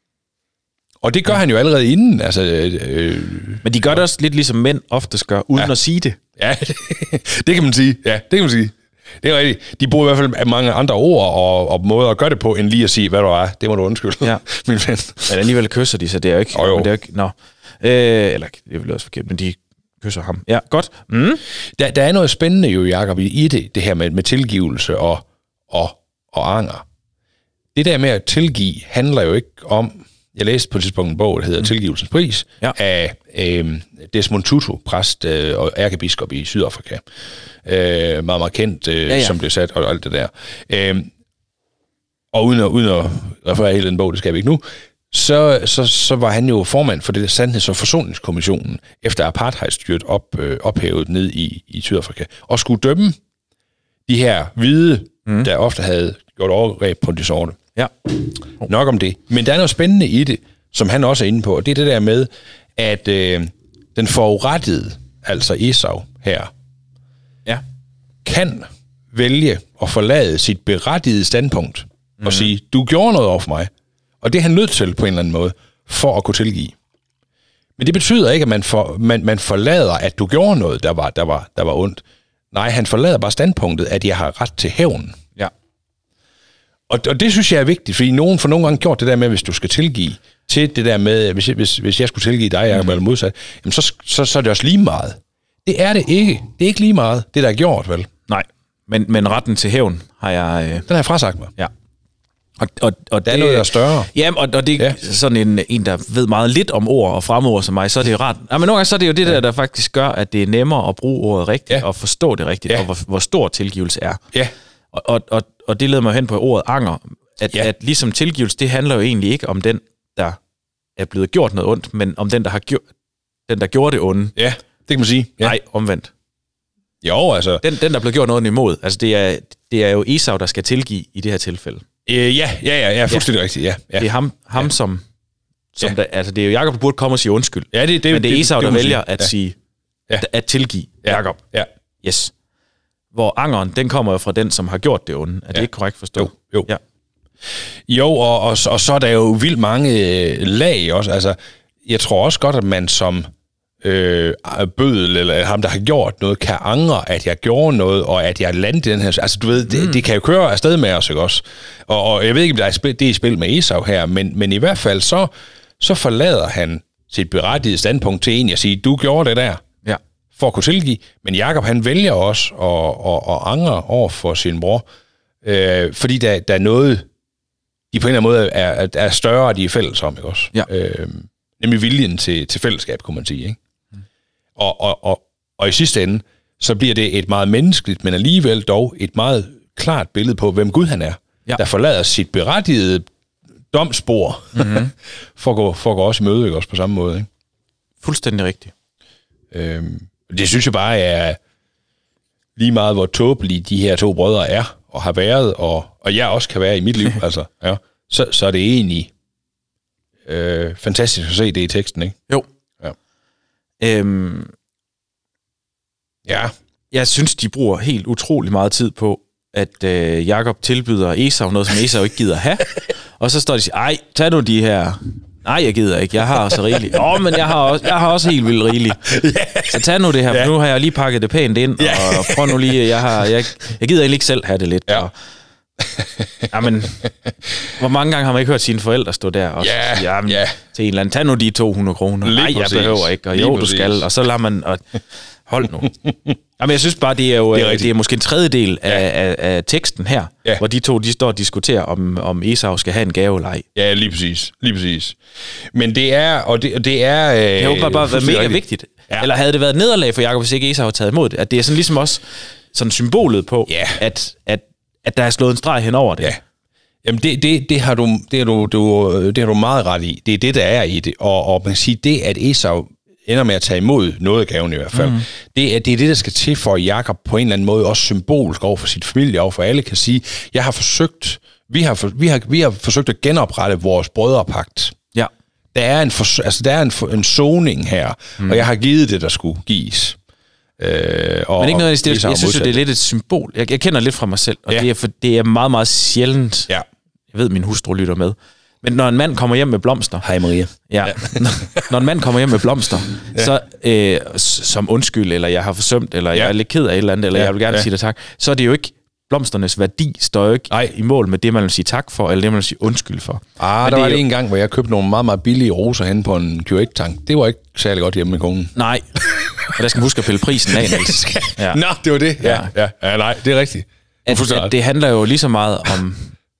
Og det gør ja. han jo allerede inden. Altså, øh, Men de gør det også lidt ligesom mænd oftest gør, uden ja. at sige det. Ja, det, det kan man sige. Ja, det kan man sige. Det er rigtigt. De bruger i hvert fald mange andre ord og, og måder at gøre det på, end lige at sige, hvad du er. Det må du undskylde, ja. min ven. Men alligevel kysser de, så det er jo ikke... Oh, jo. Men det er jo ikke nå. Øh, eller, det er vel også forkert, men de kysser ham. Ja, godt. Mm. Der, der er noget spændende jo, Jakob, i det, det her med, med tilgivelse og, og, og anger. Det der med at tilgive handler jo ikke om... Jeg læste på et tidspunkt en bog, der hedder mm. Tilgivelsens pris, ja. af øh, Desmond Tutu, præst øh, og ærkebiskop i Sydafrika. Øh, meget meget kendt, øh, ja, ja. som blev sat, og alt det der. Øh, og uden at, uden at referere hele den bog, det skal vi ikke nu, så, så, så var han jo formand for det Sandheds- og Forsoningskommissionen, efter apartheidstyret op, øh, ophævet ned i, i Sydafrika, og skulle dømme de her hvide, mm. der ofte havde gjort overgreb på de sorte. Ja. Oh. Nok om det. Men der er noget spændende i det, som han også er inde på, og det er det der med, at øh, den forurettede, altså Esau her, kan vælge at forlade sit berettigede standpunkt mm. og sige, du gjorde noget over for mig. Og det er han nødt til på en eller anden måde, for at kunne tilgive. Men det betyder ikke, at man, for, man, man forlader, at du gjorde noget, der var, der, var, der var ondt. Nej, han forlader bare standpunktet, at jeg har ret til hævn. Ja. Og, og det synes jeg er vigtigt, fordi nogen for nogle gange gjort det der med, hvis du skal tilgive, til det der med, hvis, hvis, hvis jeg skulle tilgive dig, Jacob, eller modsat, jamen så, så, så er det også lige meget. Det er det ikke. Det er ikke lige meget, det der er gjort, vel? Nej, men, men retten til hævn har jeg... Øh... Den har jeg frasagt mig. Ja. Og, og, og der er det, noget, der er større. Ja, og, og det er ja. sådan en, en, der ved meget lidt om ord og fremmord som mig, så er det jo rart. Ja, men nogle gange så er det jo det der, der faktisk gør, at det er nemmere at bruge ordet rigtigt, ja. og forstå det rigtigt, ja. og hvor, hvor stor tilgivelse er. Ja. Og, og, og, og det leder mig hen på ordet anger, at, ja. at ligesom tilgivelse, det handler jo egentlig ikke om den, der er blevet gjort noget ondt, men om den, der har gjort, den, der gjorde det onde. Ja, det kan man sige. Ja. Nej, omvendt. Jo, altså... Den, den der blev gjort noget imod, altså det er, det er jo Esau, der skal tilgive i det her tilfælde. Øh, ja, ja, ja, ja, fuldstændig ja. rigtigt, ja, ja. Det er ham, ham ja. som... som ja. der, altså det er jo Jakob, der burde komme og sige undskyld. Ja, det, det, men det er Esau, det, det, der det, vælger ja. at sige... Ja. At tilgive ja. Jakob. Ja. Yes. Hvor angeren, den kommer jo fra den, som har gjort det onde. Er det ja. ikke korrekt forstået? Jo, jo. Ja. Jo, og, og, og så er der jo vildt mange lag også. Altså, jeg tror også godt, at man som øh, bødel, eller ham, der har gjort noget, kan angre, at jeg gjorde noget, og at jeg landede i den her... Altså, du ved, mm. det, det kan jo køre afsted med os, ikke også? Og, og jeg ved ikke, om der er spil, det er i spil med Esau her, men, men i hvert fald, så, så forlader han sit berettigede standpunkt til en, jeg siger, du gjorde det der, ja. for at kunne tilgive. Men Jakob, han vælger også at, at, at angre over for sin bror, øh, fordi der, der er noget... de på en eller anden måde er, er større, og de er fælles om, ikke også? Ja. Øh, nemlig viljen til, til fællesskab, kunne man sige, ikke? Mm. Og, og, og, og i sidste ende, så bliver det et meget menneskeligt, men alligevel dog et meget klart billede på, hvem Gud han er, ja. der forlader sit berettigede domsspor, mm-hmm. for, at gå, for at gå også i møde, ikke også, på samme måde, ikke? Fuldstændig rigtigt. Øh, det synes jeg bare er lige meget, hvor tåbelige de her to brødre er, og har været, og, og jeg også kan være i mit liv, altså, ja, så, så er det egentlig øh, fantastisk at se det i teksten, ikke? Jo. Ja. Øhm, ja. Jeg synes, de bruger helt utrolig meget tid på, at øh, Jakob tilbyder Esau noget, som Esau ikke gider have, og så står de og siger, ej, tag nu de her... Nej, jeg gider ikke. Jeg har så rigeligt. Åh, men jeg har også, jeg har også helt vildt rigeligt. Så tag nu det her, for yeah. nu har jeg lige pakket det pænt ind, yeah. og prøv nu lige, jeg har, jeg, jeg gider egentlig ikke selv have det lidt. Ja. Og, jamen, hvor mange gange har man ikke hørt sine forældre stå der og yeah. sige, jamen, yeah. til en eller anden, tag nu de to hundrede kroner. Lige Nej, jeg præcis. behøver ikke, og Lige jo, præcis. du skal, og så lader man, og hold nu. Jamen, jeg synes bare, det er jo, det er, det er måske en tredjedel af, ja. af, af teksten her, ja. hvor de to, de står og diskuterer, om, om Esau skal have en gave eller ej. Ja, lige præcis. Lige præcis. Men det er, og det, og det er... Øh, det har jo bare, bare været mega rigtigt. vigtigt. Ja. Eller havde det været nederlag for Jakob, hvis ikke Esau havde taget imod det? At det er sådan ligesom også sådan symbolet på, ja. at, at, at der er slået en streg hen over det. Ja. Jamen, det, det, det, har du, det, har du, du, det har du meget ret i. Det er det, der er i det. Og, og man kan sige, det, at Esau ender med at tage imod noget af gaven i hvert fald, mm. det, er, det er det, der skal til for, at Jakob på en eller anden måde, også symbolsk over for sit familie, over for alle, kan sige, jeg har forsøgt, vi har, for, vi har, vi har forsøgt at genoprette vores brødrepagt. Ja. Der er en, for, altså, der er en, en soning her, mm. og jeg har givet det, der skulle gives. Øh, og, Men ikke noget, det, jeg, jeg synes, det er lidt et symbol. Jeg, jeg kender lidt fra mig selv, og ja. det, er for, det er meget, meget sjældent. Ja. Jeg ved, min hustru lytter med. Men når en mand kommer hjem med blomster... Hej Maria. Ja. når, når en mand kommer hjem med blomster, ja. så øh, som undskyld, eller jeg har forsømt, eller ja. jeg er lidt ked af et eller andet, eller ja. jeg vil gerne ja. sige dig tak, så er det jo ikke... Blomsternes værdi står jo ikke Ej. i mål med det, man vil sige tak for, eller det, man vil sige undskyld for. Ah, Men der var det jo... en gang, hvor jeg købte nogle meget, meget billige roser hen på en Q otte-tank. Det var ikke særlig godt hjemme med konen. Nej. Og der skal man huske at pille prisen af, Niels. Ja. Nå, det var det. Ja. Ja. Ja. ja, nej, det er rigtigt. At, at det handler jo lige så meget om...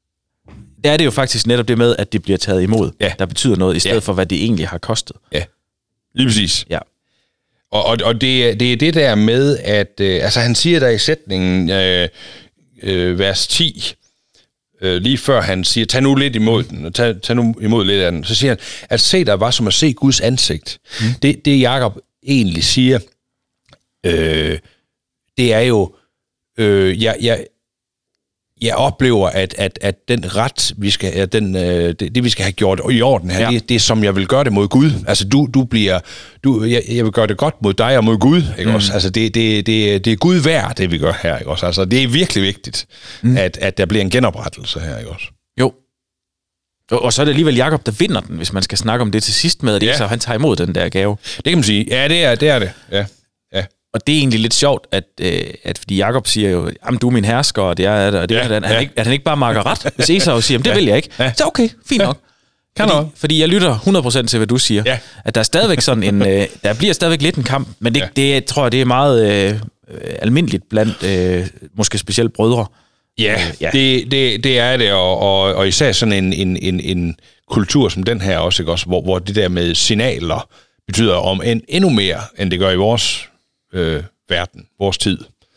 Det er det jo faktisk netop det med, at det bliver taget imod, ja. der betyder noget, i stedet ja. for, hvad det egentlig har kostet. Ja, lige præcis. Ja. Og, og, og det, det er det der med, at... Øh, altså, han siger der i sætningen... Øh, Øh, vers ti, øh, lige før han siger, tag nu lidt imod den, og tag, tag nu imod lidt af den, så siger han, at se der var som at se Guds ansigt. Mm. Det, det Jakob egentlig siger, øh, det er jo, øh, jeg, jeg, jeg oplever, at, at, at den ret, vi skal, at den, øh, det, det, vi skal have gjort i orden her, ja. det, det er, som jeg vil gøre det mod Gud. Altså, du, du bliver... Du, jeg, jeg vil gøre det godt mod dig og mod Gud, ikke mm. også? Altså, det, det, det, det er Gud værd, det vi gør her, ikke også? Altså, det er virkelig vigtigt, mm. at, at der bliver en genoprettelse her, ikke også? Jo. Og så er det alligevel Jakob, der vinder den, hvis man skal snakke om det til sidst med, at ja. så han tager imod den der gave. Det kan man sige. Ja, det er det. Er det. Ja. Ja. Og det er egentlig lidt sjovt, at, øh, at fordi Jakob siger jo, jamen du er min hersker, og det er det, og det ja, er det. At, ja. han ikke, at han ikke bare makker ret, hvis Esau siger, det ja. vil jeg ikke. Ja. Så okay, fint nok. Ja. Fordi, fordi jeg lytter hundrede procent til, hvad du siger. Ja. At der er stadigvæk sådan en, øh, der bliver stadigvæk lidt en kamp, men det, ja. det tror jeg, det er meget øh, almindeligt blandt, øh, måske specielt brødre. Ja, øh, ja. Det, det, det er det, og, og, og især sådan en, en, en, en kultur som den her også, ikke også, hvor, hvor det der med signaler betyder om en, endnu mere, end det gør i vores øh, verden, vores tid.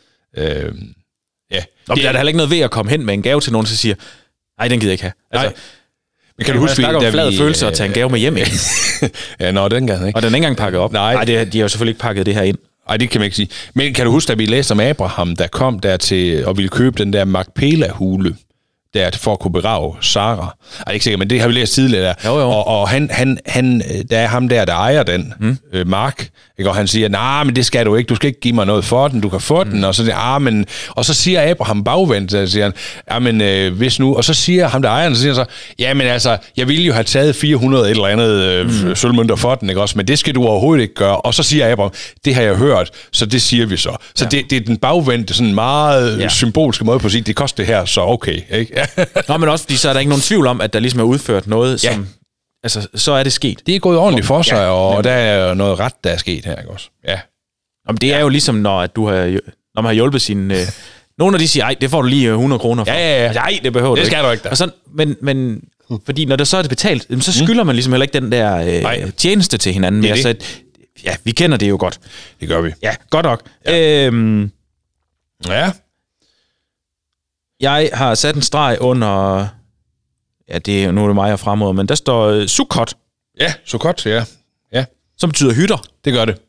Øh, ja. Og der er der heller ikke noget ved at komme hen med en gave til nogen, der siger, nej, den gider jeg ikke have. Altså, nej. Men kan du huske, snakker om flad følelse at tage en gave med hjem, ikke? Ja, nå, den kan ikke. Og den er ikke engang pakket op. Nej, nej det, de har jo selvfølgelig ikke pakket det her ind. Nej, det kan man ikke sige. Men kan du huske, at vi læste om Abraham, der kom der til og ville købe den der Makpela-hule, der for at kunne begrave Sara. Jeg er ikke sikker, men det har vi læst tidligere der. Jo, jo. Og, og han, han, han, der er ham der, der ejer den, mm. øh, Mark, ikke? Og han siger, nej, men det skal du ikke, du skal ikke give mig noget for den, du kan få mm. den, og så, ah, men, og så siger Abraham bagvendt, så siger han, ja, men øh, hvis nu, og så siger ham der ejer den, så siger han så, ja, men altså, jeg ville jo have taget fire hundrede et eller andet øh, mm. sølvmønter for den, ikke også, men det skal du overhovedet ikke gøre, og så siger Abraham, det har jeg hørt, så det siger vi så. Så ja. det, det er den bagvendte, sådan meget ja. symbolske måde på at sige, det koster det her, så okay, ikke? Nå, men også fordi så er der ikke nogen tvivl om, at der ligesom er udført noget, som... Ja. Altså, så er det sket. Det er gået ordentligt for sig, ja, og der er noget ret, der er sket her, ikke også? Ja. Jamen, det er ja. jo ligesom, når, at du har, når man har hjulpet sin... Øh, nogle af de siger, ej, det får du lige hundrede kroner for. Ja, ja, ja. Nej, det behøver det du ikke. Det skal du ikke da. Og sådan, men, men fordi når det så er det betalt, så skylder mm. man ligesom heller ikke den der øh, tjeneste til hinanden mere. Så at, ja, vi kender det jo godt. Det gør vi. Ja, godt nok. Ja. Øhm, ja. Jeg har sat en streg under... Ja, det er, nu er det mig, jeg fremover, men der står uh, Sukkot. Ja, Sukkot, ja. ja. Som betyder hytter. Det gør det.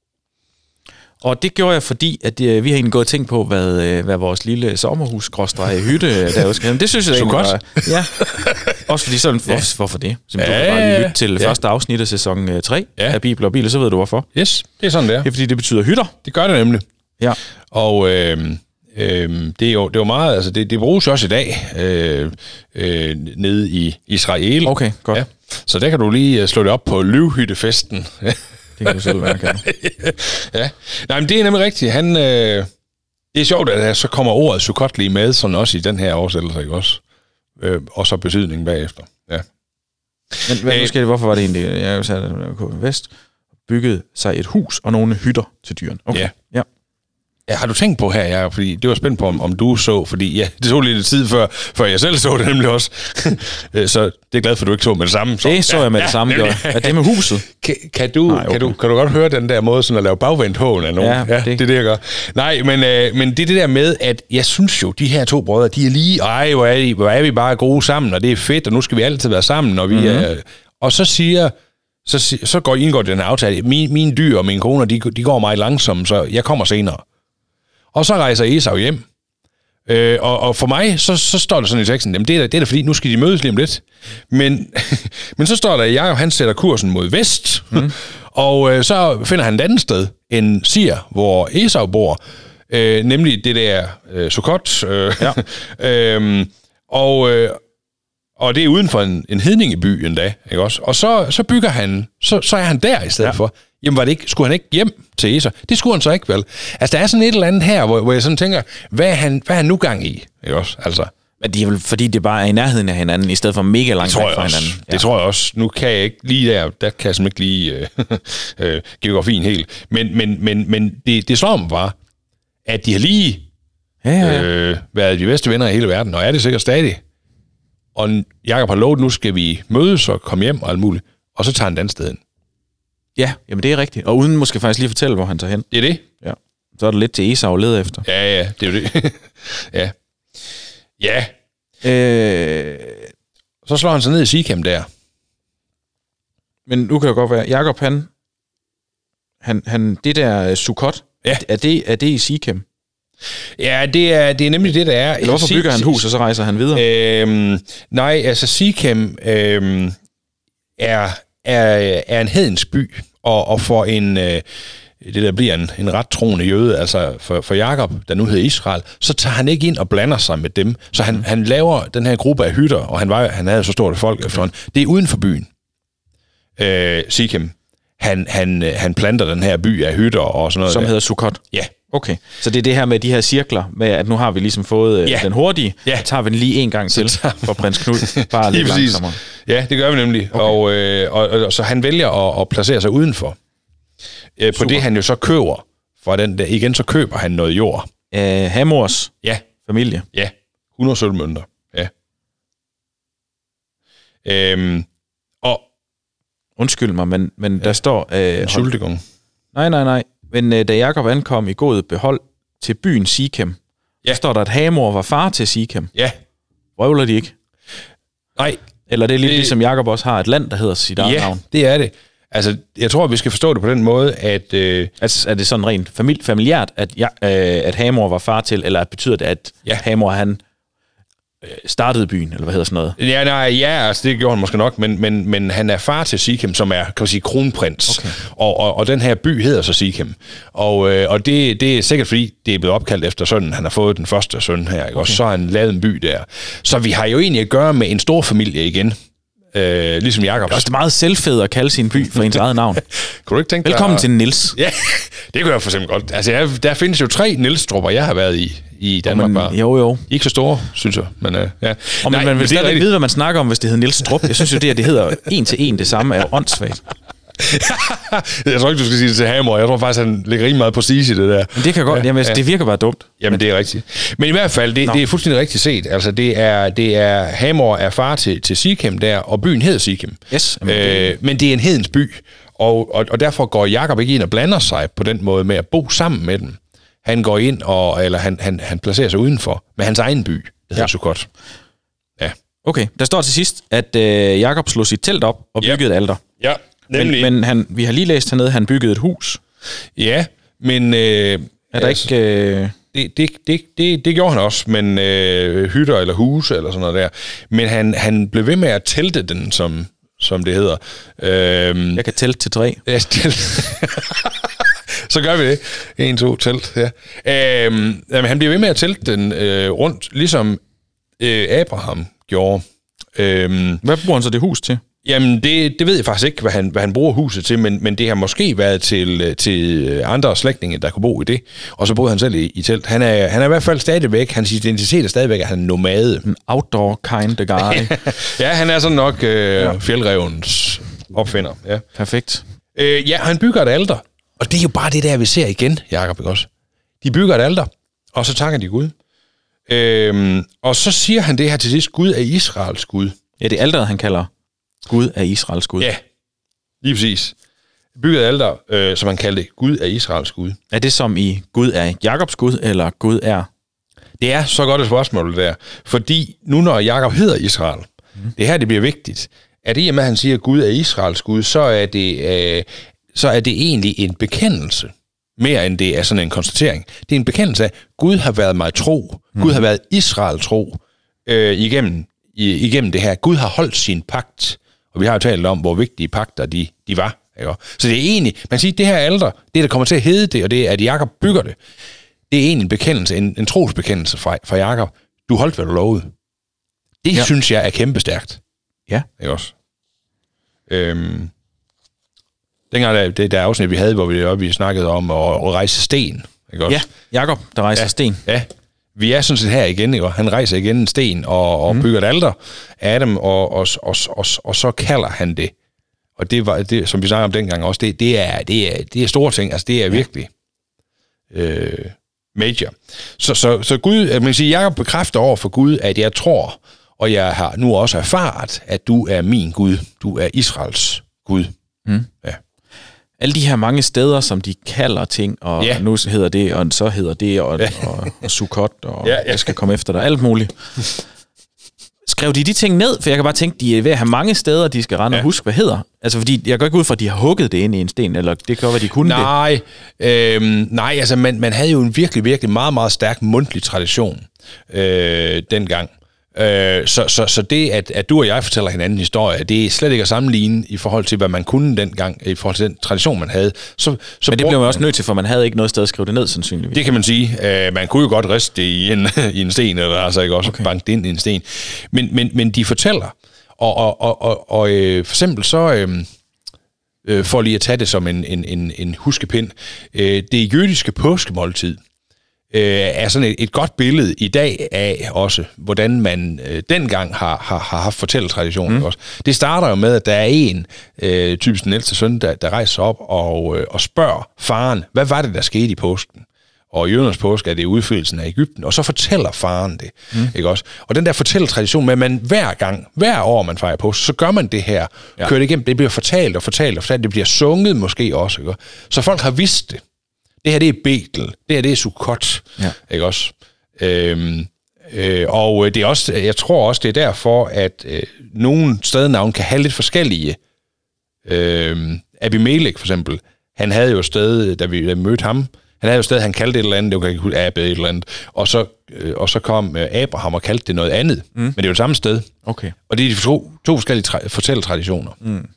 Og det gjorde jeg, fordi at uh, vi har egentlig gået og tænkt på, hvad, uh, hvad vores lille sommerhus-hytte der skal. Det synes jeg egentlig var... Ja. Også fordi sådan... Ja. Hvorfor, hvorfor det? Så ja, du kan bare lytte til ja. første afsnit af sæson tre ja. af Bibler og Biler, så ved du hvorfor. Yes, det er sådan, det er. Det er, fordi det betyder hytter. Det gør det nemlig. Ja. Og... Øh, Øhm, det er jo det er jo meget, altså det, det bruges også i dag øh, øh, nede i Israel. Okay, godt. Ja. Så der kan du lige slå det op på Løvhyttefesten. Det kan du selv være, kan. Ja. Nej, men det er nemlig rigtigt. Han, øh, det er sjovt, at så kommer ordet Sukkot lige med, sådan også i den her oversættelse, ikke også? Øh, og så betydningen bagefter. Ja. Men hvad, måske, hvorfor var det egentlig, jeg sagde vest, byggede sig et hus og nogle hytter til dyrene. Okay. Ja. Ja. Ja, har du tænkt på her, ja, fordi det var spændt på, om, om du så, fordi ja, det tog lidt tid før, før jeg selv så det nemlig også. Så det er glad for, at du ikke så med det samme. Så. Det så jeg med ja, det samme, ja, er det med huset? Kan, kan, du, Nej, okay. kan, du, kan du godt høre den der måde, sådan at lave bagvendt hån af nogen? Ja, ja det. det er det, jeg gør. Nej, men, øh, men det er det der med, at jeg synes jo, de her to brødre, de er lige, ej, hvor er, de, hvor er vi bare gode sammen, og det er fedt, og nu skal vi altid være sammen, og vi mm-hmm. er, og så siger... Så, så går indgår den her aftale, Min, mine dyr og mine koner, de, de går meget langsomt, så jeg kommer senere. Og så rejser Esau hjem. Øh, og, og for mig, så, så står der sådan i teksten, jamen det er, det er da fordi, nu skal de mødes lige om lidt. Men, men så står der, at Jakob, han sætter kursen mod vest, mm. og øh, så finder han et andet sted end Sir, hvor Esau bor, øh, nemlig det der øh, Sukkot. Øh, ja. øh, og, øh, og det er uden for en, en hedningeby endda, ikke også? Og så, så bygger han, så, så er han der i stedet ja. for. Jamen, var det ikke, skulle han ikke hjem til Esau? Det skulle han så ikke, vel? Altså, der er sådan et eller andet her, hvor, hvor jeg sådan tænker, hvad er han, hvad er han nu gang i? Ikke også? Altså, men det er vel, fordi det bare er i nærheden af hinanden, i stedet for mega langt væk fra hinanden. Ja. Det tror jeg også. Nu kan jeg ikke lige der, der kan jeg simpelthen ikke lige øh, øh, geografien helt. Men, men, men, men det, det slår mig bare, at de har lige ja, ja. Øh, været de bedste venner i hele verden, og er det sikkert stadig. Og Jakob har lovet, nu skal vi mødes og komme hjem og alt muligt, og så tager han et andet sted ind. Ja, jamen det er rigtigt. Og uden måske faktisk lige fortælle, hvor han tager hen. Det er det. Ja. Så er det lidt til Esau at lede efter. Ja, ja, det er jo det. ja. Ja. Øh... Så slår han sig ned i Sikem der. Men nu kan det godt være, Jakob han, han, han det der Sukkot, ja. er, det, er det i Sikem? Ja, det er, det er nemlig det, der er. Eller hvorfor bygger han hus, og så rejser han videre? Øhm, nej, altså Sikhem øhm, er, er, er en hedensk by, og, og for en... Øh, det der bliver en, en ret troende jøde, altså for, for Jakob, der nu hedder Israel, så tager han ikke ind og blander sig med dem. Så han, han laver den her gruppe af hytter, og han, var, han havde så stort et folk okay. efterhånden. Det er uden for byen. Øh, Sikhem. Han, han, han planter den her by af hytter og sådan noget. Som der. hedder Sukkot? Ja. Okay, så det er det her med de her cirkler, med at nu har vi ligesom fået ja. den hurtige, ja. tager vi den lige en gang til for prins Knud, bare lidt langsommere. Ja, det gør vi nemlig, okay. og, øh, og, og så han vælger at, at placere sig udenfor. Øh, på det han jo så køber, for den der, igen så køber han noget jord. Æh, Hamors ja. familie? Ja, hundrede sølvmønter, ja. Øhm, og Undskyld mig, men, men ja. der står... Øh, en sultegung. Nej, nej, nej. Men øh, da Jakob ankom i god behold til byen Sikhem, ja. der står der, at Hamor var far til Sikhem. Ja. Røvler de ikke? Nej. Eller det er lidt det... ligesom Jakob også har et land, der hedder sit eget ja, navn. Ja, det er det. Altså, jeg tror, vi skal forstå det på den måde, at... Øh... Altså, er det sådan rent famili- familiært, at, ja, øh, at Hamor var far til, eller betyder det, at ja. Hamor, han startede byen, eller hvad hedder sådan noget? Ja, nej, ja, altså det gjorde han måske nok, men, men, men han er far til Sikhem, som er, kan man sige, kronprins. Okay. Og, og, og den her by hedder så Sikhem. Og, øh, og det, det er sikkert, fordi det er blevet opkaldt efter sønnen. Han har fået den første søn her, ikke? Okay. Og så har han lavet en by der. Så vi har jo egentlig at gøre med en stor familie igen. Øh, ligesom Jakobs. Det er også meget selvfed at kalde sin by for ens eget navn. Kunne du ikke tænke Velkommen dig? til Niels. Ja, det kunne jeg for eksempel godt. Altså, jeg, der findes jo tre Niels-trupper, jeg har været i i Danmark. Men, jo, jo. Ikke så store, synes jeg. Men, uh, ja. Og Nej, man vil stadig ikke vide, hvad man snakker om, hvis det hedder Niels Strup. Jeg synes jo, det, at det hedder en til en det samme, er åndssvagt. Jeg tror ikke, du skal sige det til Hamor. Jeg tror faktisk, han lægger rimelig meget præcis i det der. Men det kan godt. Jamen, ja. Det virker bare dumt. Jamen, det er rigtigt. Men i hvert fald, det, det er fuldstændig rigtigt set. Altså, det er, det er Hamor er far til, til Sikhem der, og byen hedder Sikhem. Yes. Øh, det... Men det er en hedens by, og, og, og derfor går Jakob ikke ind og blander sig på den måde med at bo sammen med dem. Han går ind, og, eller han, han, han placerer sig udenfor med hans egen by. Det hedder ja. Sukkot. Ja. Okay, der står til sidst, at øh, Jakob slog sit telt op og byggede ja. et alter. Ja, nemlig. Men, men han, vi har lige læst hernede, at han byggede et hus. Ja, men... Øh, er der altså, ikke... Øh... Det, det, det, det, det gjorde han også, men øh, hytter eller huse eller sådan noget der. Men han, han blev ved med at telte den, som, som det hedder. Øh, Jeg kan telte til tre. Ja, så gør vi det. En, to, telt. Ja. Øhm, jamen, han bliver ved med at telte den øh, rundt, ligesom øh, Abraham gjorde. Øhm, hvad bruger han så det hus til? Jamen, det, det ved jeg faktisk ikke, hvad han, hvad han bruger huset til, men, men det har måske været til, til andre slægtninge, der kunne bo i det. Og så boede han selv i, i telt. Han er, han er i hvert fald stadigvæk, hans identitet er stadigvæk, at han er nomade. En outdoor kind of guy. Ja, han er sådan nok øh, ja. fjeldrevens opfinder. Ja. Perfekt. Øh, ja, han bygger et alter. Og det er jo bare det der, vi ser igen, Jakob, ikke også? De bygger et alter, og så takker de Gud. Øhm, og så siger han det her til sidst, Gud er Israels Gud. Ja, det er alteret, han kalder Gud er Israels Gud. Ja, lige præcis. Bygget et alter, øh, som han kaldte Gud er Israels Gud. Er det som i Gud er Jakobs Gud, eller Gud er? Det er så godt et spørgsmål der. Fordi nu når Jakob hedder Israel, mm. det her det bliver vigtigt, at i og med at han siger, at Gud er Israels Gud, så er det... Øh, så er det egentlig en bekendelse, mere end det er sådan en konstatering. Det er en bekendelse af, at Gud har været mig tro. Mm. Gud har været Israel tro øh, igennem, i, igennem det her. Gud har holdt sin pagt, og vi har jo talt om, hvor vigtige pagter de, de var. Ikke? Så det er egentlig, man kan sige, det her alter, det der kommer til at hedde det, og det er, at Jakob bygger det, det er egentlig en bekendelse, en, en trosbekendelse fra, fra Jakob. Du holdt, hvad du lovede. Det ja. synes jeg er kæmpestærkt. Ja. Ikke også? Øhm... Dengang der, det der afsnit, vi havde, hvor vi, vi snakkede om at, at rejse sten. Ikke også? Ja, Jakob, der rejser ja, sten. Ja, vi er sådan set her igen. Ikke? Han rejser igen en sten og, og mm. bygger et alter af dem, og, og, og, og, og så kalder han det. Og det var, det, som vi snakkede om dengang også, det, det, er, det, er, det er store ting. Altså, det er ja. virkelig øh, major. Så, så, så Gud, man kan sige, Jakob bekræfter over for Gud, at jeg tror, og jeg har nu også erfaret, at du er min Gud. Du er Israels Gud. Mm. Ja. Alle de her mange steder, som de kalder ting, og ja. nu hedder det, og så hedder det, og, ja. og, og Sukkot, og ja, ja. jeg skal komme efter dig, alt muligt. Skrev de de ting ned? For jeg kan bare tænke, de er ved at have mange steder, de skal rende ja. og huske, hvad hedder. Altså, fordi jeg går ikke ud fra, at de har hugget det ind i en sten, eller det kan være, de kunne nej, det. Øhm, nej, altså, man, man havde jo en virkelig, virkelig meget, meget stærk mundtlig tradition øh, dengang. Øh, så, så, så det, at, at du og jeg fortæller hinanden historie, det er slet ikke at sammenligne i forhold til, hvad man kunne dengang, i forhold til den tradition, man havde. Så, så Men det blev man også nødt til, for man havde ikke noget sted at skrive det ned, sandsynligvis. Det kan man sige. Øh, man kunne jo godt riste det i en, i en sten, eller altså ikke også okay. banke det ind i en sten. Men, men, men de fortæller, og, og, og, og, og øh, for eksempel så... Øh, øh, for lige at tage det som en, en, en, en huskepind, øh, det jødiske påskemåltid, er sådan et, et godt billede i dag af også, hvordan man øh, dengang har, har, har haft fortælletraditionen. Mm. Også. Det starter jo med, at der er en, øh, typisk den ældste søn, der, der rejser op og, øh, og spørger faren, hvad var det, der skete i påsken? Og i jødernes påske er det udfyldelsen af Egypten, og så fortæller faren det. Mm. Ikke også? Og den der fortælletradition med, at man hver gang, hver år man fejrer påske, så gør man det her, ja. kører det igennem, det bliver fortalt og fortalt og fortalt, det bliver sunget måske også. Ikke? Så folk har vidst det. Det her, det er Betel. Det her, det er Sukkot. Ja. Ikke også? Øhm, øh, og det er også, jeg tror også, det er derfor, at øh, nogle stednavn kan have lidt forskellige. Øhm, Abimelech for eksempel, han havde jo et sted, da vi mødte ham, han havde jo et sted, han kaldte et eller andet, det var ikke Abbe et eller andet, og så, øh, og så kom øh, Abraham og kaldte det noget andet. Mm. Men det er jo det samme sted. Okay. Og det er de to, to forskellige tra- fortælletraditioner. Mm.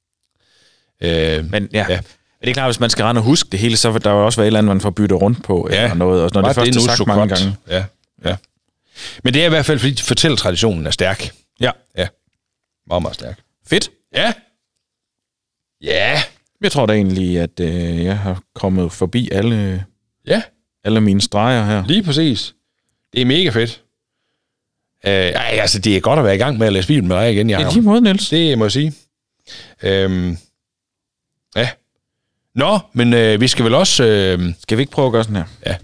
Øh, Men ja... ja. Det er klart, hvis man skal rende og huske det hele, så vil der jo også være et eller andet, man får byttet rundt på, ja. eller noget, og når det først er sagt mange gange. Ja, ja. Men det er i hvert fald, fordi fortælletraditionen er stærk. Ja. Ja. Meget, meget stærk. Fedt. Ja. Ja. Jeg tror da egentlig, at øh, jeg har kommet forbi alle, ja. alle mine streger her. Lige præcis. Det er mega fedt. Øh, ej, altså, det er godt at være i gang med at læse Bibelen med dig igen, Jacob. I lige måde, Niels. Det må jeg sige. Øhm, ja. Nå, men øh, vi skal vel også... Øh... Skal vi ikke prøve at gøre sådan her? Ja.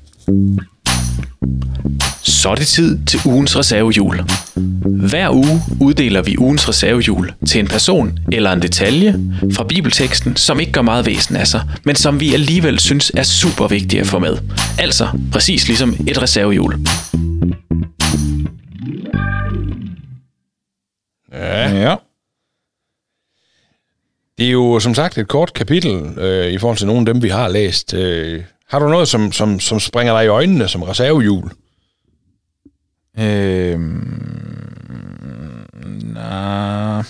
Så er det tid til ugens reservehjul. Hver uge uddeler vi ugens reservehjul til en person eller en detalje fra bibelteksten, som ikke gør meget væsen af sig, men som vi alligevel synes er super vigtige at få med. Altså præcis ligesom et reservehjul. Ja. Ja. Det er jo som sagt et kort kapitel øh, i forhold til nogle af dem, vi har læst. Øh, har du noget, som, som, som springer dig i øjnene som reservehjul? Øhm, nej.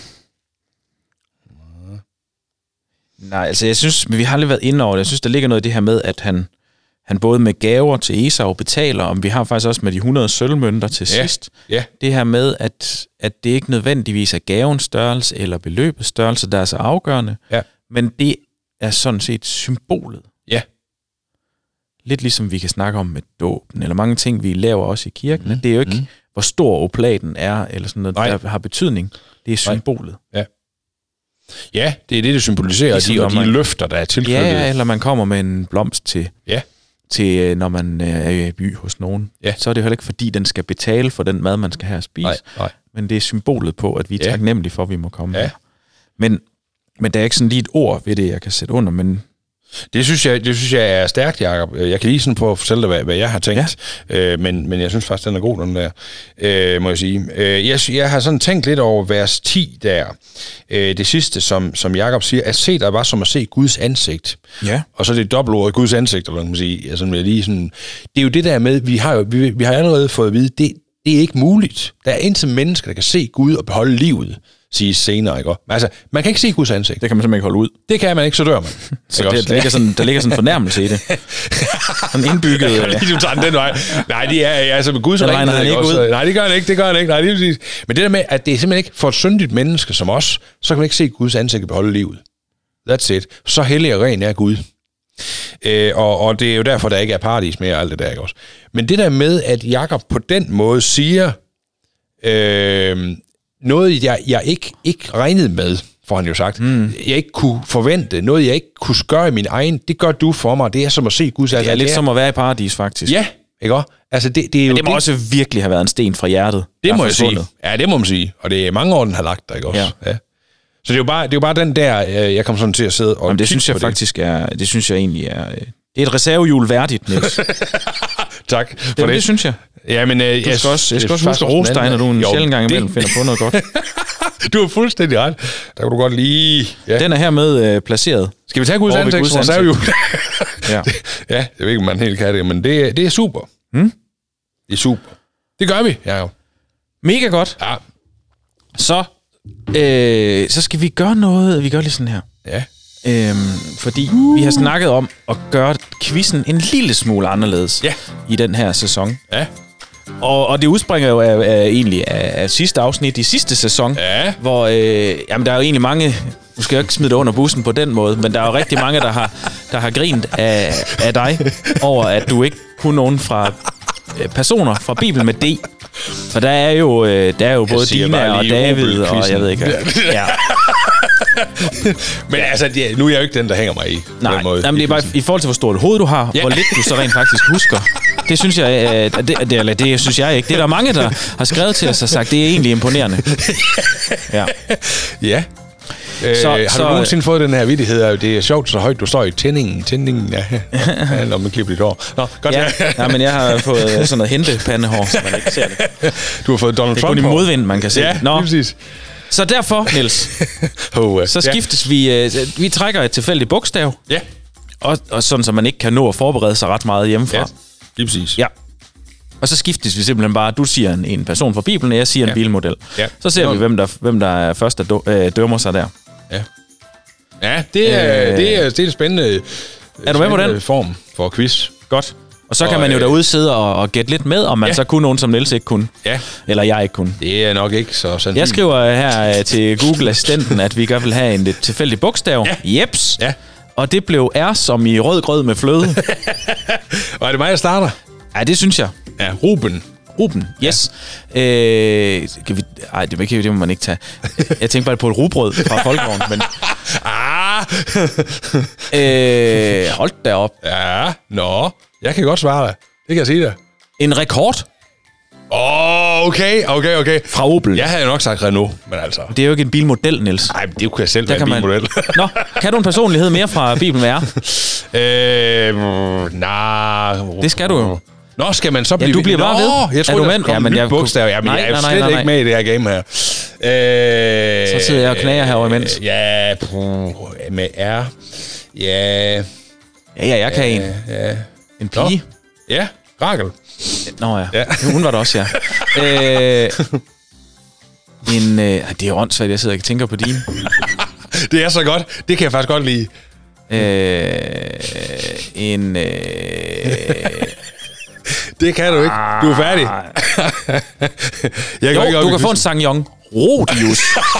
Nej, altså jeg synes, vi har lige været inde over det. Jeg synes, der ligger noget i det her med, at han, han både med gaver til Esau betaler, og vi har faktisk også med de hundrede sølvmønter til ja, sidst. Ja. Det her med, at, at det ikke nødvendigvis er gavens størrelse eller beløbets størrelse, der er så afgørende, ja. men det er sådan set symbolet. Ja. Lidt ligesom vi kan snakke om med dåben, eller mange ting, vi laver også i kirken. Mm. Det er jo ikke, mm. hvor stor oplaten er, eller sådan noget, Nej. der har betydning. Det er symbolet. Ja. Ja, det er det, det symboliserer, ligesom, de, og de man, løfter, der er tilknyttet. Ja, eller man kommer med en blomst til, ja. til når man er i by hos nogen. Ja. Så er det heller ikke, fordi den skal betale for den mad, man skal have at spise. Nej, nej. Men det er symbolet på, at vi er ja. taknemmelige for, at vi må komme ja. her. Men, men der er ikke sådan lige et ord ved det, jeg kan sætte under, men... Det synes jeg, det synes jeg er stærkt, Jacob. Jeg kan lige sådan prøve at fortælle dig, hvad, hvad jeg har tænkt, ja. øh, men, men jeg synes faktisk, den er god, den der, øh, må jeg sige. Øh, jeg, jeg har sådan tænkt lidt over vers ti der, øh, det sidste, som, som Jacob siger, at se dig var som at se Guds ansigt. Ja. Og så er det dobbeltordet Guds ansigt, eller hvad man sige. Altså, jeg lige sådan, det er jo det der med, vi har jo vi, vi har allerede fået at vide, det, det er ikke muligt. Der er intet menneske, der kan se Gud og beholde livet, siges senere, ikke? Men altså, man kan ikke se Guds ansigt. Det kan man simpelthen ikke holde ud. Det kan man ikke, så dør man. Så det, der, ligger sådan, der ligger sådan en fornærmelse i det. Sådan indbygget. Ja, lige, du tager den den vej. Nej, det er altså med Guds renhed. Ikke også. Nej, det gør han ikke, det gør han ikke. Nej, det er præcis. Men det der med, at det er simpelthen ikke for et syndigt menneske som os, så kan man ikke se Guds ansigt og beholde livet. That's it. Så hellig og ren er Gud. Øh, og, og det er jo derfor, der ikke er paradis mere og alt det der, ikke også? Men det der med, at Jakob på den måde siger... Øh, noget, jeg, jeg ikke, ikke regnede med, får han jo sagt. Mm. Jeg ikke kunne forvente. Noget, jeg ikke kunne gøre i min egen. Det gør du for mig. Det er som at se Guds. Det er lidt som at være i paradis, faktisk. Ja, ikke også? Altså, det, det, er jo Men det må det, også virkelig have været en sten fra hjertet. Det må jeg sige. Ja, det må man sige. Og det er mange år, den har lagt der, ikke også? Ja. Ja. Så det er, jo bare, det er jo bare den der, jeg kom sådan til at sidde og... Jamen, det synes jeg faktisk det. er... Det synes jeg egentlig er... Det er et reservehjul værdigt, Niels. Tak for det, det. Det synes jeg. Ja, men... Øh, Du skal også, jeg skal også huske at rose dig, når du en sjældent gang imellem finder på noget godt. Du har fuldstændig ret. Der kan du godt lige... Ja. Den er hermed øh, placeret. Skal vi tage Guds Over ved ansigt? Guds Så er vi jo... Ja. Ja, jeg ved ikke, om man helt kan det, men det, det er super. Hmm? Det er super. Det gør vi, ja jo. Mega godt. Ja. Så, øh, så skal vi gøre noget, vi gør lige sådan her. Ja. Øhm, fordi uh. vi har snakket om at gøre quizzen en lille smule anderledes Ja. i den her sæson. Ja. Og, og det udspringer jo af, af, egentlig af, af sidste afsnit i sidste sæson, Ja. hvor øh, jamen, der er jo egentlig mange, nu skal jeg ikke smide det under bussen på den måde, men der er jo rigtig mange, der har, der har grint af, af dig over, at du ikke kunne nogen fra øh, personer fra Bibelen med D. For der er jo, øh, der er jo både Dina og David, og jeg ved ikke hvad. Ja. Men altså, det, nu er jeg jo ikke den, der hænger mig i. Nej, den måde. jamen, det er bare i forhold til, hvor stort hoved du har, Ja. hvor lidt du så rent faktisk husker. Det synes jeg, øh, det, det, eller det synes jeg ikke. Det er der mange, der har skrevet til os og sagt, det er egentlig imponerende. Ja. Ja. Øh, Så- har så- du nogensinde fået den her vittighed af, det er sjovt, så højt du står i tændingen. Tændingen, ja. Ja, når man klipper dit hår. Nå, godt. Ja, ja, men jeg har fået sådan noget hentepandehår, så man ikke ser det. Du har fået Donald Det er Trump kun i hår. modvind, man kan se. Ja, Nå, lige præcis. så derfor, Niels, Oh, uh, så skiftes vi, øh, vi trækker et tilfældigt bogstav, Ja. og, og sådan, så man ikke kan nå at forberede sig ret meget hjemmefra. Ja, lige præcis. Ja. Og så skiftes vi simpelthen bare, du siger en, en person fra Bibelen, og jeg siger en Ja. bilmodel. Ja. Så ser Nå. vi, hvem der, hvem der er først, der dø- øh, dømmer sig der. Ja. Ja, det er, Øh. det er, det er en spændende, Er du med på spændende den? form for quiz. Godt. Og så Og, kan man jo øh, derude sidde og, og gætte lidt med, om man Ja. så kunne nogen, som Niels ikke kunne. Ja, Eller jeg ikke kunne. det er nok ikke så sandsynligt. Jeg skriver her øh, til Google-assistenten, at vi gerne vil have en lidt tilfældig bogstav. Ja. Jeps. Ja. Og det blev R som i rød grød med fløde. Og er det mig, der starter? Ja, det synes jeg. Ja, Ruben. Ruben, yes. Ja. Øh, kan vi, ej, det, kan, det må man ikke tage. Jeg tænkte bare på et rugbrød fra Folkevogn, men Ah! øh, hold da op. Ja, nå. Jeg kan godt svare dig. Det kan jeg sige dig. En rekord Åh, oh, okay, okay, okay. fra Opel. Jeg havde jo nok sagt Renault, men altså... Det er jo ikke en bilmodel, Niels. Nej, det kunne jeg selv Der være kan en man- bilmodel. Nå, kan du en personlighed mere fra Bibelen være? øh, nej. Det skal du jo. Nå, skal man så blive... du bliver bare Nå, ved. Jeg Er tror, du der mand? kom Ja, en men ny jeg- bogstav. Jamen, Nej, jeg er jo nej, nej, slet nej, ikke nej. med i det her game her. Øh, Så sidder jeg og knager herovre imens. Ja, puh, med R. Ja, Ja, ja, jeg kan en. ja. En Nå. pige. Ja, Rakel. Nå ja. Ja. Hun var der også, ja. øh, en, øh, det er jo åndssvagt, jeg sidder ikke og tænker på din. Det er så godt. Det kan jeg faktisk godt lide. Øh, en... Øh, Det kan du ikke. Du er færdig. jeg jo, ikke op du i kan få en quizzen. Sang-Yong Rodius.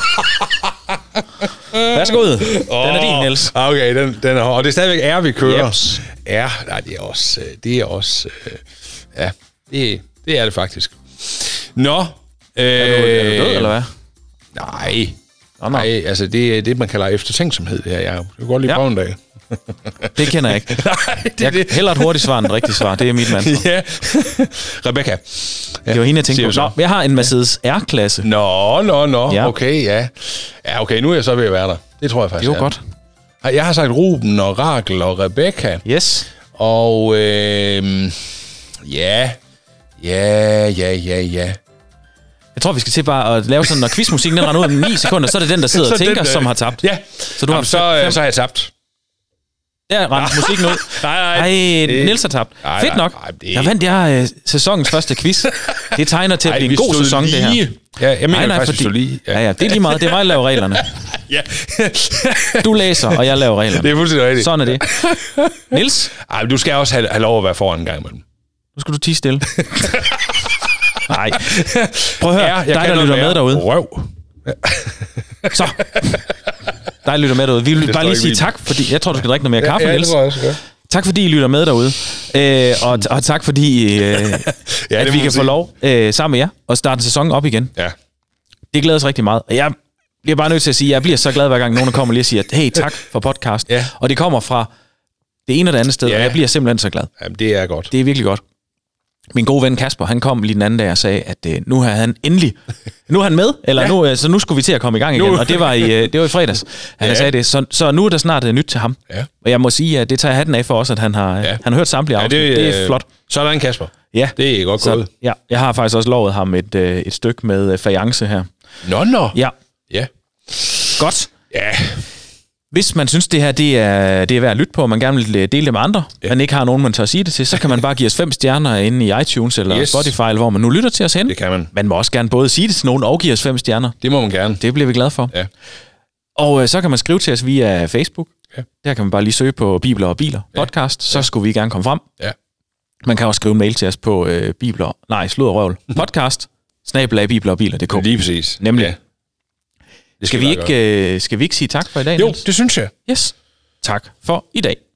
Værsgo. Den er din, Niels. Ah, okay, den, den er hård. Og det er stadigvæk R, vi kører. Jeps. R, nej, det er også... øh, Det er også... Øh, ja, det, det er det faktisk. Nå. Øh, Er du, er du død, eller hvad? Nej. Nå, nå. Nej, altså det er det, man kalder eftertænksomhed. Det her, jeg kan godt lige Ja. prøve en dag. Det kender jeg ikke. Nej, det er Jeg det. hellere et hurtigt svar end et rigtigt svar. Det er mit mantra. Ja. Rebecca. Ja. Det var hende, jeg tænkte Siger på. vi så. Nå, jeg har en Mercedes R-klasse. Nå, nå, nå. Ja. Okay, ja. Ja, okay, nu er jeg så ved at være der. Det tror jeg faktisk. Det var jeg er. godt. Ej, jeg har sagt Ruben og Rakel og Rebecca. Yes. Og øh, ja, ja, ja, ja, ja. Jeg tror, vi skal til bare at lave sådan, når quizmusikken den render ud om ni sekunder, så er det den, der sidder Så og tænker, den, øh, som har tabt. Ja, Så du har Jamen, så, fem- øh, så har jeg tabt. Der rendte musikken ud. Nej, Ej, det- Niels har tabt. Nej, Fedt nej, nok. nej, det- Der vandt jeg øh, sæsonens første quiz. Det tegner til at Ej, blive vi en god stod sæson, det her. lige. Ja, jeg mener faktisk, vi stod lige. Ja. ja, ja, det er lige meget. Det er mig, der laver reglerne. Ja. Du læser, og jeg laver reglerne. Det er fuldstændig rigtigt. Sådan er det. Niels, Ej, men du skal også have, have lov at være foran en gang imellem. nu skal du tie stille. Nej. Prøv at høre, Ja, jeg dig, kan der noget lytter mere. med derude. Røv. Så. Dig, der lytter med derude. Vi vil Det bare står lige ikke sige min. tak, fordi jeg tror, du skal drikke noget mere kaffe, ja, Niels. det tror jeg også, ja. Tak fordi I lytter med derude. Øh, og, og tak fordi, øh, Ja, at det vi må kan man få sige. lov øh, sammen med jer at starte sæsonen op igen. Ja. Det glæder os rigtig meget. Og jeg bliver bare nødt til at sige, at jeg bliver så glad, hver gang nogen kommer lige og siger, hey, tak for podcast. Ja. Og det kommer fra det ene og det andet sted, Ja. og jeg bliver simpelthen så glad. Jamen, det er godt. Det er virkelig godt. Min gode ven Kasper, han kom lige den anden dag og sagde, at øh, nu er han endelig, nu er han med, eller ja. nu, øh, så nu skulle vi til at komme i gang igen, nu. og det var i, øh, det var i fredags, han ja. sagde det, så, så nu er der snart øh, nyt til ham. Ja. Og jeg må sige, at det tager hatten af for os, at han har, ja. han har hørt samtlige afsnit. Ja, det, det er flot. Sådan Kasper. Ja. Det er godt gået. Ja, jeg har faktisk også lovet ham et, øh, et stykke med øh, fajance her. Nå, nå. Ja. Ja. Godt. Ja. Hvis man synes, det her det er, det er værd at lytte på, og man gerne vil dele det med andre, ja. man ikke har nogen, man tør sige det til, så kan man bare give os fem stjerner inde i iTunes eller yes. Spotify, eller hvor man nu lytter til os hen. Det kan man. Man må også gerne både sige det til nogen og give os fem stjerner. Det må man gerne. Det bliver vi glade for. Ja. Og øh, så kan man skrive til os via Facebook. Ja. Der kan man bare lige søge på Bibler og Biler podcast, ja. så skulle vi gerne komme frem. Ja. Man kan også skrive en mail til os på øh, Bibler, nej, sludderrøvl, podcast, snabel-a bibler og biler punktum d k. Lige præcis. Nemlig. Ja. Skal, skal, vi ikke, øh, skal vi ikke sige tak for i dag? Jo, Niels? det synes jeg. Yes. Tak for i dag.